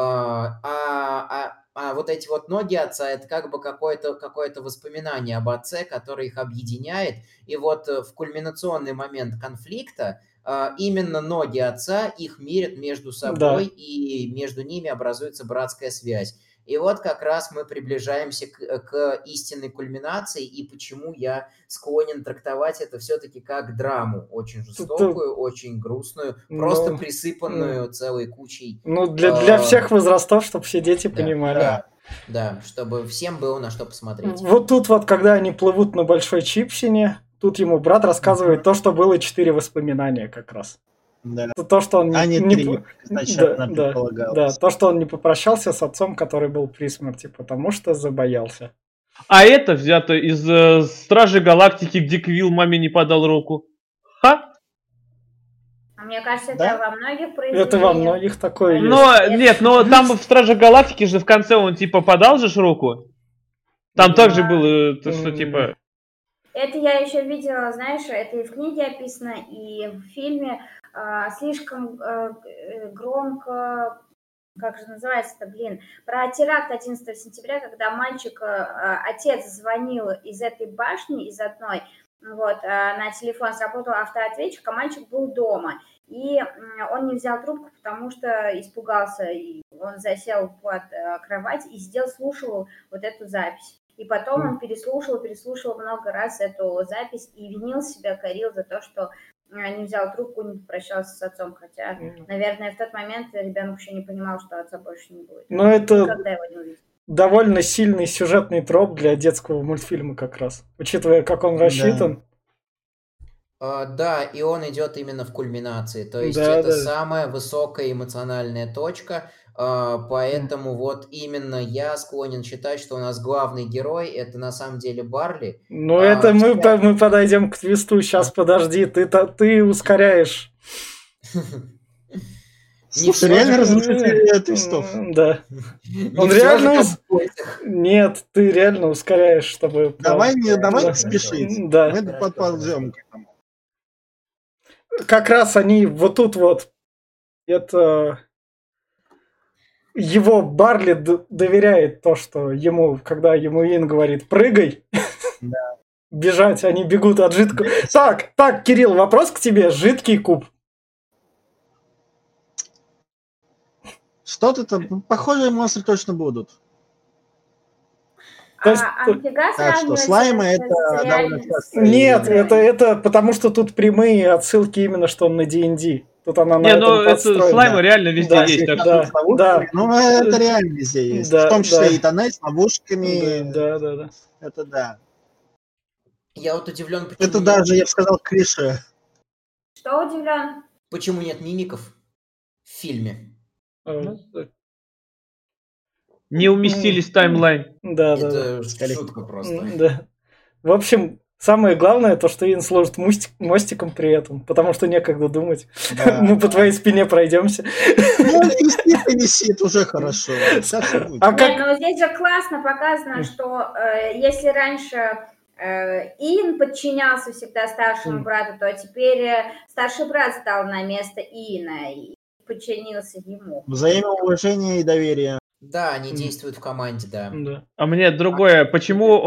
а вот эти вот ноги отца, это как бы какое-то воспоминание об отце, которое их объединяет, и вот в кульминационный момент конфликта именно ноги отца их мирят между собой, и между ними образуется братская связь. И вот как раз мы приближаемся к истинной кульминации, и почему я склонен трактовать это все-таки как драму, очень жестокую, очень грустную, просто присыпанную целой кучей. Ну, для всех возрастов, чтобы все дети понимали. Да, чтобы всем было на что посмотреть. Вот тут вот, когда они плывут на Большой Чипсине, тут ему брат рассказывает то, что было 4 воспоминания как раз. Да. То, что он то, что он не попрощался с отцом, который был при смерти, потому что забоялся. А это взято из Стражей Галактики, где Квилл маме не подал руку. Ха! Мне кажется, это во многих произведениях. Это во многих такое есть. Но там в Стражах Галактики же в конце он типа подал же руку. Там также было, то, что типа... Это я еще видела, знаешь, это и в книге описано, и в фильме. Слишком громко, как же называется-то, про теракт 11 сентября, когда отец звонил из этой башни, из одной, вот, на телефон сработал автоответчик, а мальчик был дома. И он не взял трубку, потому что испугался, и он засел под кровать и сидел, слушал вот эту запись. И потом он переслушал много раз эту запись и винил себя, корил за то, что не взял трубку, не попрощался с отцом, хотя, наверное, в тот момент ребенок еще не понимал, что отца больше не будет. Но это довольно сильный сюжетный троп для детского мультфильма как раз, учитывая, как он рассчитан. Да, и он идет именно в кульминации, то есть это самая высокая эмоциональная точка, поэтому вот именно я склонен считать, что у нас главный герой это на самом деле Барли. Ну это мы подойдем к твисту, сейчас подожди, ты ускоряешь. Слушай, реально разрушитель твистов. Да. Он реально... Нет, ты реально ускоряешь, чтобы... Давай не спешить. Да. Мы подползем к этому. Как раз они вот тут вот, это его Барли доверяет то, что ему, когда ему Ин говорит «прыгай», бежать, они бегут от жидкого... Так, Кирилл, вопрос к тебе, жидкий куб. Что-то там, похожие монстры точно будут. То есть, А нифига Так что сравнивать слаймы с это довольно реальностью? часто. нет, это потому что тут прямые отсылки именно что на D&D. Тут она на Не, ну этом это подстроена. слаймы реально везде Да, есть. Так да, что... да. Ну, это реально везде есть. В Да, том числе да. и тоннель с ловушками. Да. Это да. Я вот удивлен, почему Это нет, даже, я бы сказал, клише. Что удивлен? почему нет мимиков в фильме. Не уместились в таймлайн. Да. Это Скорее. шутка просто. Да. В общем, самое главное то, что Иэн служит мостиком при этом, потому что некогда думать. Да. Мы по твоей спине пройдемся. Ну, висит и висит, уже хорошо. Сейчас всё будет. А Не, как? ну здесь же классно показано, что если раньше Иэн подчинялся всегда старшему брату, то теперь старший брат стал на место Иэна и подчинился ему. Взаимоуважение и доверие. Да, они действуют в команде, да. Да. А мне другое. Почему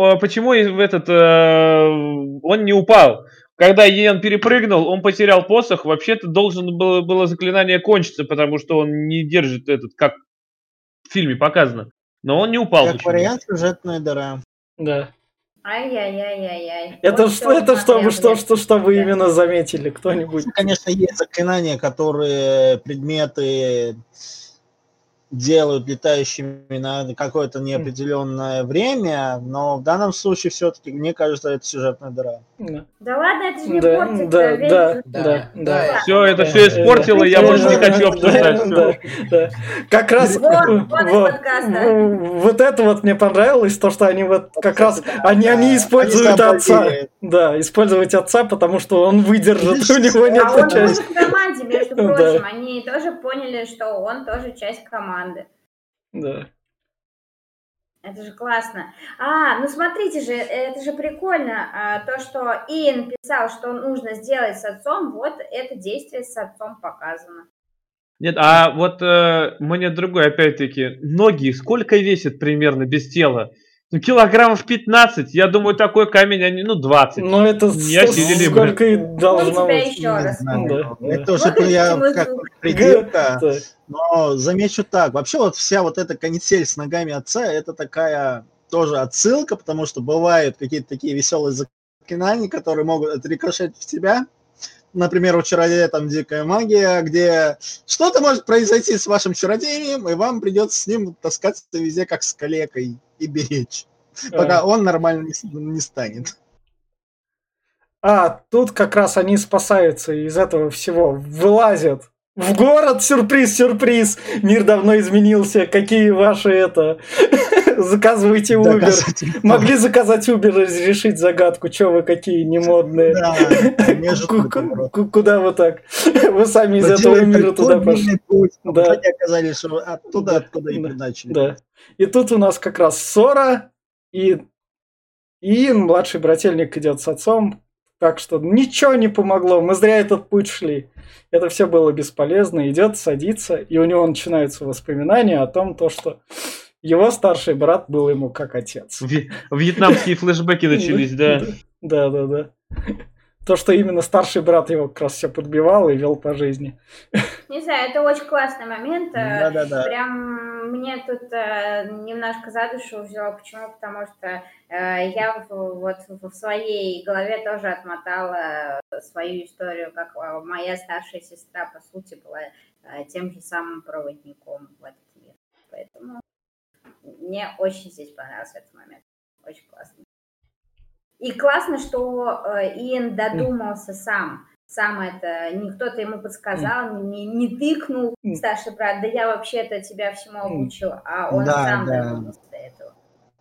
он не упал? Когда Иэн перепрыгнул, он потерял посох. Вообще-то должен было заклинание кончиться, потому что он не держит этот, как в фильме показано. Но он не упал. Как почему-то. вариант, сюжетная дыра. Да. Ай-яй-яй-яй-яй. Это Вот что, кто что вы Да. именно заметили, кто-нибудь? Конечно, есть заклинания, которые предметы делают летающими на какое-то неопределенное время, но в данном случае все-таки, мне кажется, это сюжетная дыра. Да. Да ладно, это же не Да, портит да, весь да, сюжет. Да. Все, это Да, все испортило, я больше не хочу да, обсуждать. всё. да. Как раз Вон из подкаста. вот это вот мне понравилось, то, что они вот как раз, они используют Они отца. сообразили. Да, использовать отца, потому что он выдержит, у него А нет он части. тоже в команде, между Да. прочим. Они тоже поняли, что он тоже часть команды. Да. Это же классно. Ну смотрите же, это же прикольно. То, что Иэн писал, что нужно сделать с отцом, вот это действие с отцом показано. Нет, а вот мне другое, опять-таки, ноги сколько весят примерно без тела? Ну, килограммов 15, я думаю, такой камень, они, 20. Но это Не осилили бы. сколько и Ну, должно тебя быть. еще раз. Да, да. Это уже Выключите я мой как звук. придирка, Да. но замечу так. Вообще вот вся вот эта канитель с ногами отца, это такая тоже отсылка, потому что бывают какие-то такие веселые заклинания, которые могут отрикошетить в тебя. Например, у чародея там дикая магия, где что-то может произойти с вашим чародеем, и вам придется с ним таскаться везде как с калекой и беречь, пока он нормально не станет. Тут как раз они спасаются из этого всего, вылазят. В город, сюрприз, мир давно изменился, какие ваши заказывайте Uber. Доказательства. Могли заказать Uber и разрешить загадку, чё вы какие немодные. Да, неожиданный поворот. Куда вы так? Вы сами из этого Проделали мира такой туда пошли. длинный путь, а Да. в итоге оказались, что оттуда, откуда и Да. начали. Да. И тут у нас как раз ссора, и Иэн, младший брательник, идет с отцом. Так что ничего не помогло, мы зря этот путь шли. Это все было бесполезно. Идет, садится, и у него начинаются воспоминания о том, что его старший брат был ему как отец. Вьетнамские флешбеки начались, да. Да. То, что именно старший брат его как раз все подбивал и вел по жизни. Не знаю, это очень классный момент. Да. Прям мне тут немножко за душу взяло. Почему? Потому что я вот в своей голове тоже отмотала свою историю, как моя старшая сестра, по сути, была тем же самым проводником в этот мир. Поэтому мне очень здесь понравился этот момент. Очень классно. И классно, что Иэн додумался сам. Сам это, не кто-то ему подсказал, не тыкнул старший брат, да я вообще-то тебя всему обучил, а он сам додумался до этого.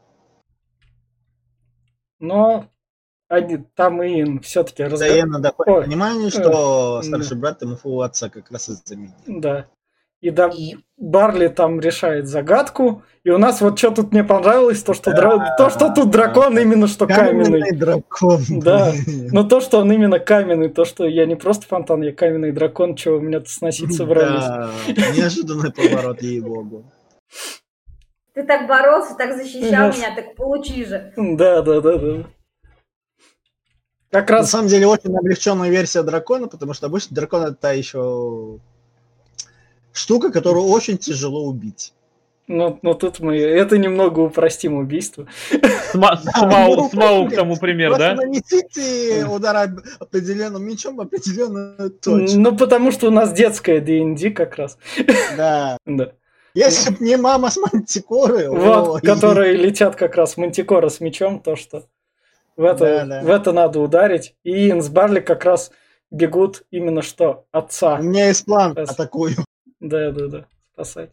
Но там Иэн все-таки Иэн доходит к пониманию, что старший брат ему своего отца как раз и заменил. Да. И Барли там решает загадку. И у нас вот что тут мне понравилось, то, что тут дракон именно что каменный. Дракон. Да, но то, что он именно каменный, то, что я не просто фонтан, я каменный дракон, чего вы меня тут сносить собрались. Да, неожиданный поворот, ей-богу. Ты так боролся, так защищал меня, так получи же. Да. Как раз... На самом деле очень облегченная версия дракона, потому что обычно дракон это та еще штука, которую очень тяжело убить. Но тут мы... Это немного упростим убийство. Смаук тому пример, Просто да? нанесите удар определенным мечом в определенную точку. Ну, потому что у нас детская D&D как раз. Да. Да. Если б не мама с Мантикорой, Вот, которые летят как раз Мантикора с мечом, то что в это надо ударить. И Иэн с Барли как раз бегут именно что? Отца. У меня есть план, атакую. Да, спасать.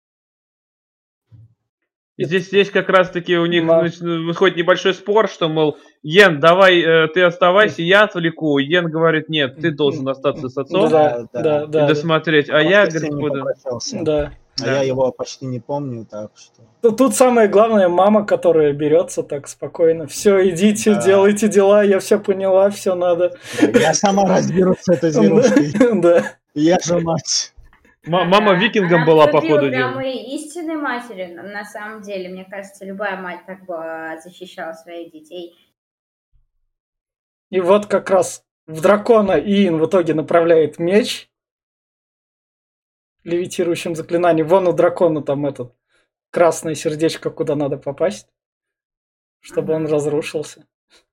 И здесь как раз-таки у них выходит небольшой спор, что, мол, Йен, давай ты оставайся, я отвлеку. Йен говорит, нет, ты должен остаться с отцом да, и досмотреть. А я, говорит, буду... Да. А я его почти не помню, так что... Тут самое главное мама, которая берется так спокойно. Все, идите, делайте дела, я все поняла, все надо. Я сама разберусь с этой зверушкой. Да. Я же мать. Мама викингом была, походу. Прям и истинной матери, на самом деле. Мне кажется, любая мать так бы защищала своих детей. И вот как раз в дракона Иэн в итоге направляет меч левитирующим заклинанием. Вон у дракона там этот красное сердечко, куда надо попасть, чтобы он разрушился.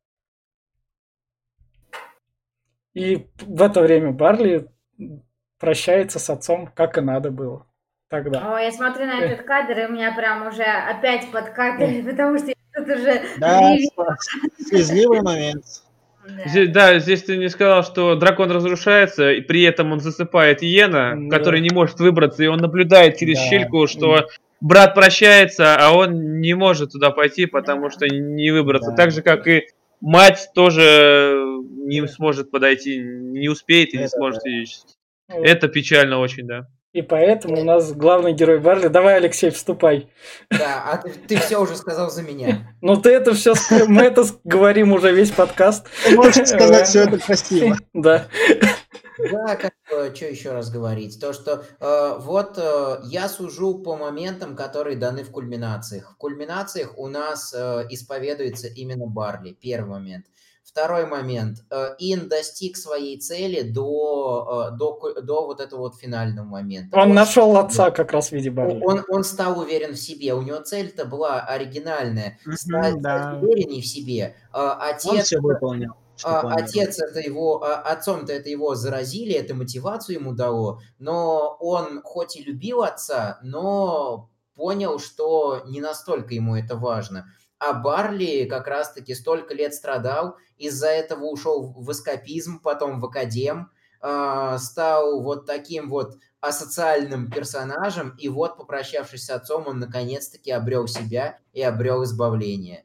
И в это время Барли прощается с отцом, как и надо было тогда. Ой, я смотрю на этот кадр, и у меня прям уже опять подкатывает, потому что тут уже... Да, слезливый момент. Здесь ты не сказал, что дракон разрушается, и при этом он засыпает Йена, который не может выбраться, и он наблюдает через щельку, что брат прощается, а он не может туда пойти, потому что не выбраться. Так же, как и мать тоже не сможет подойти, не успеет и не сможет видеть. Это печально очень, да. И поэтому у нас главный герой Барли. Давай, Алексей, вступай. Да, а ты все уже сказал за меня. Ну ты это все, мы это говорим уже весь подкаст. Ты можешь сказать все это красиво. Да. Да, что еще раз говорить? То, что я сужу по моментам, которые даны в кульминациях. В кульминациях у нас исповедуется именно Барли, первый момент. Второй момент. Иэн достиг своей цели до вот этого вот финального момента. Он нашел отца как раз в виде Барли. Он стал уверен в себе. У него цель-то была оригинальная. Стать уверенней в себе. Он все выполнил. Отцом-то это его заразили, это мотивацию ему дало, но он хоть и любил отца, но понял, что не настолько ему это важно. А Барли как раз-таки столько лет страдал, из-за этого ушел в эскапизм, потом в академ, стал вот таким вот асоциальным персонажем, и вот, попрощавшись с отцом, он наконец-таки обрел себя и обрел избавление.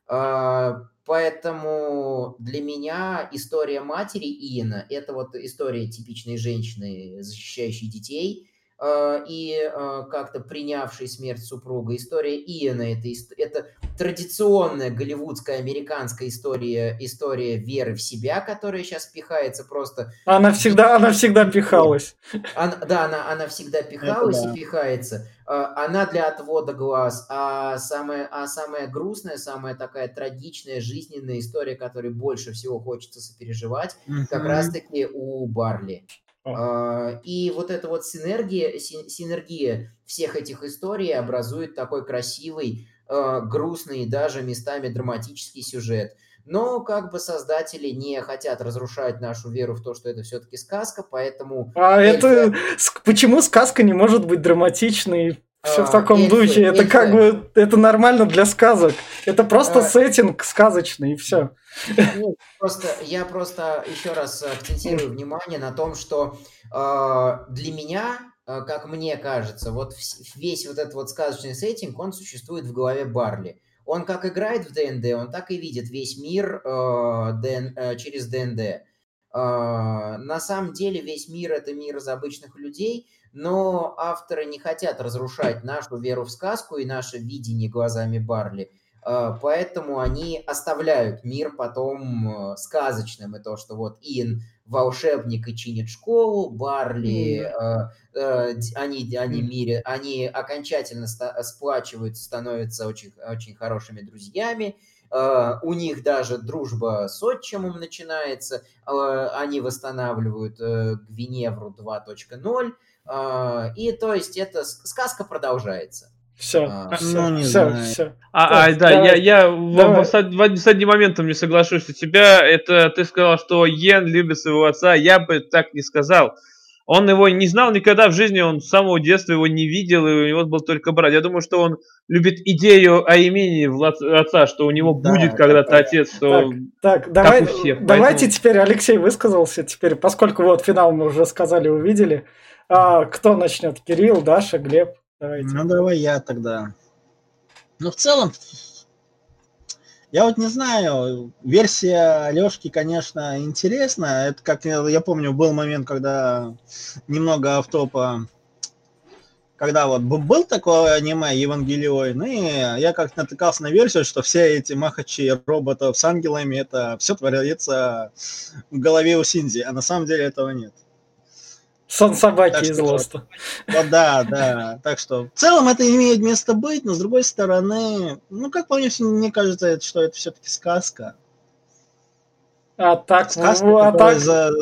Поэтому для меня история матери Иэна – это вот история типичной женщины, защищающей детей и как-то принявшей смерть супруга. История Иэна – это традиционная голливудская, американская история веры в себя, которая сейчас пихается просто… Она всегда пихалась. Она всегда пихалась и пихается. Она для отвода глаз. А самая грустная, самая такая трагичная, жизненная история, которой больше всего хочется сопереживать, как раз-таки у Барли. И вот эта вот синергия всех этих историй образует такой красивый, грустный и даже местами драматический сюжет. Но как бы создатели не хотят разрушать нашу веру в то, что это все-таки сказка, поэтому... Почему сказка не может быть драматичной? Все в таком духе. Это как бы... Это нормально для сказок. Это просто сеттинг сказочный, и все. Я просто еще раз акцентирую внимание на том, что для меня, как мне кажется, вот весь вот этот вот сказочный сеттинг, он существует в голове Барли. Он как играет в ДНД, он так и видит весь мир через ДНД. На самом деле весь мир – это мир из обычных людей, но авторы не хотят разрушать нашу веру в сказку и наше видение глазами Барли. Поэтому они оставляют мир потом сказочным. И то, что вот Иэн волшебник и чинит школу, Барли, они окончательно сплачиваются, становятся очень, очень хорошими друзьями. У них даже дружба с отчимом начинается. Они восстанавливают Гвиневру 2.0. И то есть эта сказка продолжается. Все, Ну, не все, знаю. все. Да, давай. я Давай. с одним моментом не соглашусь у тебя. Это ты сказал, что Йен любит своего отца. Я бы так не сказал. Он его не знал никогда в жизни, он с самого детства его не видел, и у него был только брат. Я думаю, что он любит идею о имени отца, что у него будет Да, когда-то такое. отец, что Так, как давай, у всех. давайте Поэтому теперь Алексей высказался. Теперь, поскольку вот финал мы уже сказали, увидели. Кто начнет? Кирилл, Даша, Глеб? Давайте. Ну, давай я тогда. Ну, в целом, я вот не знаю, версия Алёшки, конечно, интересная. Это как я помню, был момент, когда немного автопа, когда вот был такое аниме Евангелион, и я как натыкался на версию, что все эти махачи роботов с ангелами, это все творится в голове у Синзи, а на самом деле этого нет. Сон собаки Так из что Лоста. вот да. Так что в целом это имеет место быть, но с другой стороны, ну, как по мне кажется, что это все-таки сказка. Сказка, которая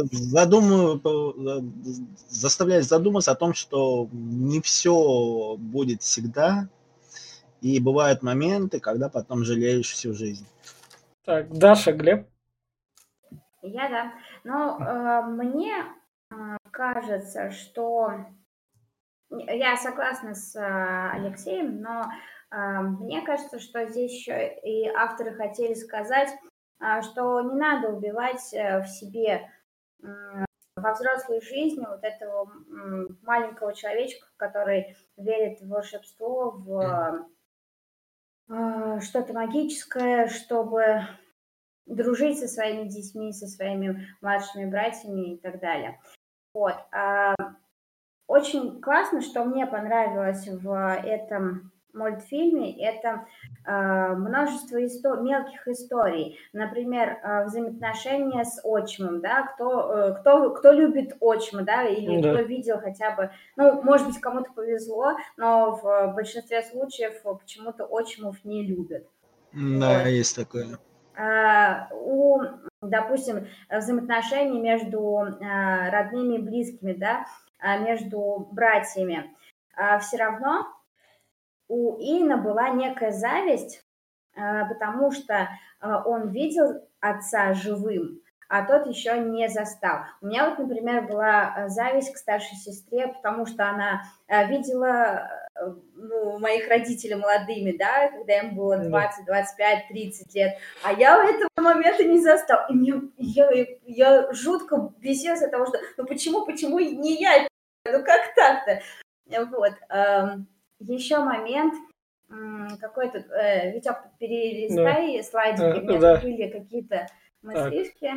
заставляет задуматься о том, что не все будет всегда, и бывают моменты, когда потом жалеешь всю жизнь. Так, Даша, Глеб? Я, да. Но мне кажется, что я согласна с Алексеем, но мне кажется, что здесь еще и авторы хотели сказать, что не надо убивать в себе во взрослой жизни вот этого маленького человечка, который верит в волшебство, в что-то магическое, чтобы дружить со своими детьми, со своими младшими братьями и так далее. Вот. Очень классно, что мне понравилось в этом мультфильме, это множество мелких историй. Например, взаимоотношения с отчимом, да, кто любит отчима, да, или кто видел хотя бы, ну, может быть, кому-то повезло, но в большинстве случаев почему-то отчимов не любят. Да, есть такое. Допустим, взаимоотношения между родными и близкими, да, между братьями, все равно у Иена была некая зависть, потому что он видел отца живым, а тот еще не застал. У меня вот, например, была зависть к старшей сестре, потому что она видела моих родителей молодыми, да, когда им было 20, 25, 30 лет, а я этого момента не застал. И я жутко бесилась от того, что ну почему не я? Ну как так-то? Вот. Еще момент какой-то, Витек, перелистай слайдики, у меня тут были какие-то мыслишки.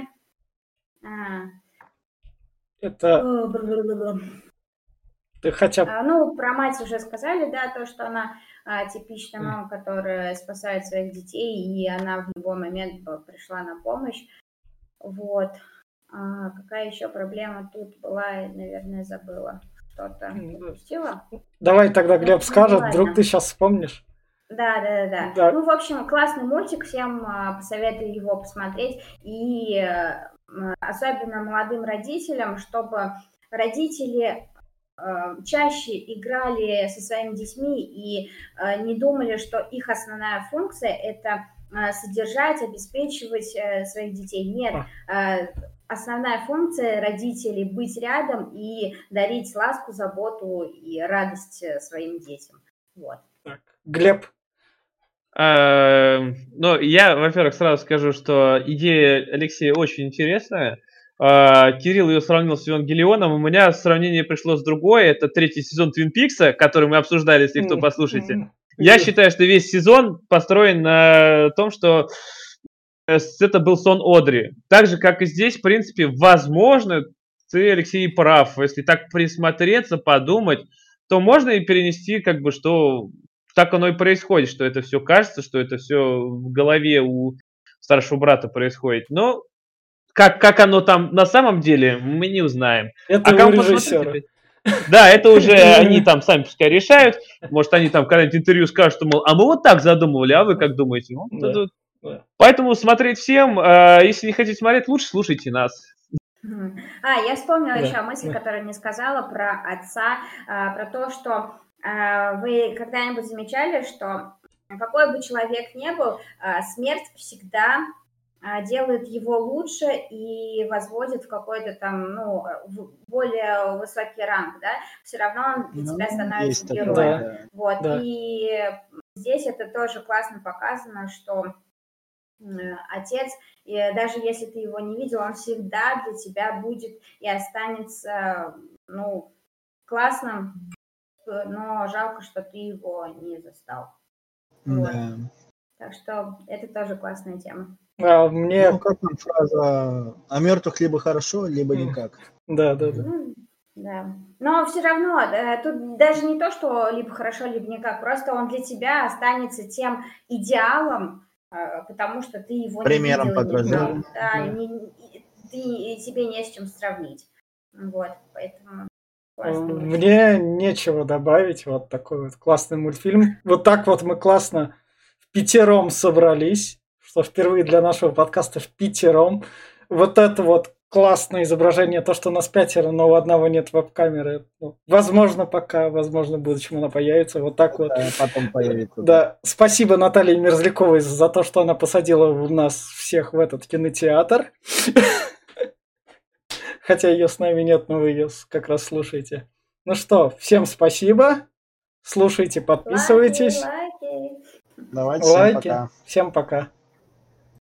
Это... Ты хотя бы... Ну, про мать уже сказали, да, то, что она типичная мама, которая спасает своих детей, и она в любой момент пришла на помощь. Вот. Какая еще проблема тут была, наверное, забыла. Что-то упустила. Давай тогда Глеб скажет, вдруг ты сейчас вспомнишь. Да. Ну, в общем, классный мультик, всем посоветую его посмотреть. И особенно молодым родителям, чтобы родители чаще играли со своими детьми и не думали, что их основная функция – это содержать, обеспечивать своих детей. Нет, основная функция родителей – быть рядом и дарить ласку, заботу и радость своим детям. Вот. Так. Глеб? Ну, я, во-первых, сразу скажу, что идея Алексея очень интересная. Кирилл ее сравнил с Евангелионом, у меня сравнение пришло с другой. Это 3-й сезон Твин Пикса, который мы обсуждали, если кто послушайте. Я считаю, что весь сезон построен на том, что это был сон Одри. Так же, как и здесь, в принципе, возможно, ты, Алексей, прав. Если так присмотреться, подумать, то можно и перенести, как бы, что так оно и происходит, что это все кажется, что это все в голове у старшего брата происходит. Но как оно там на самом деле, мы не узнаем. Это у режиссера. Да, это уже они там сами пускай решают. Может, они там когда-нибудь интервью скажут, что, мол, а мы вот так задумывали, а вы как думаете? Поэтому смотреть всем. Если не хотите смотреть, лучше слушайте нас. Я вспомнила еще мысль, которую не сказала про отца, про то, что Вы когда-нибудь замечали, что какой бы человек ни был, смерть всегда делает его лучше и возводит в какой-то там, ну, в более высокий ранг, да? Все равно он для тебя становится Есть такое, героем. Да, Вот. да. И здесь это тоже классно показано, что отец, и даже если ты его не видел, он всегда для тебя будет и останется, ну, классным, но жалко, что ты его не застал. Вот. Да. Так что это тоже классная тема. Мне... Ну, как там фраза «о мертвых либо хорошо, либо никак». Да. Ну, да. Но все равно, тут даже не то, что либо хорошо, либо никак, просто он для тебя останется тем идеалом, потому что ты его Примером не видел и не знал. подражания. Да, тебе не с чем сравнить. Вот, поэтому классный мультфильм. Мне нечего добавить. Вот такой вот классный мультфильм. Вот так вот мы классно впятером собрались, что впервые для нашего подкаста впятером. Вот это вот классное изображение, то, что у нас 5, но у одного нет веб-камеры. Ну, возможно, пока, возможно, в будущем она появится. Вот так вот. Да, потом появится. Да, спасибо Наталье Мерзляковой за то, что она посадила нас всех в этот кинотеатр. Хотя ее с нами нет, но вы ее как раз слушаете. Ну что, всем спасибо. Слушайте, подписывайтесь. Лайки. Давайте, всем Лайки. пока. Всем пока.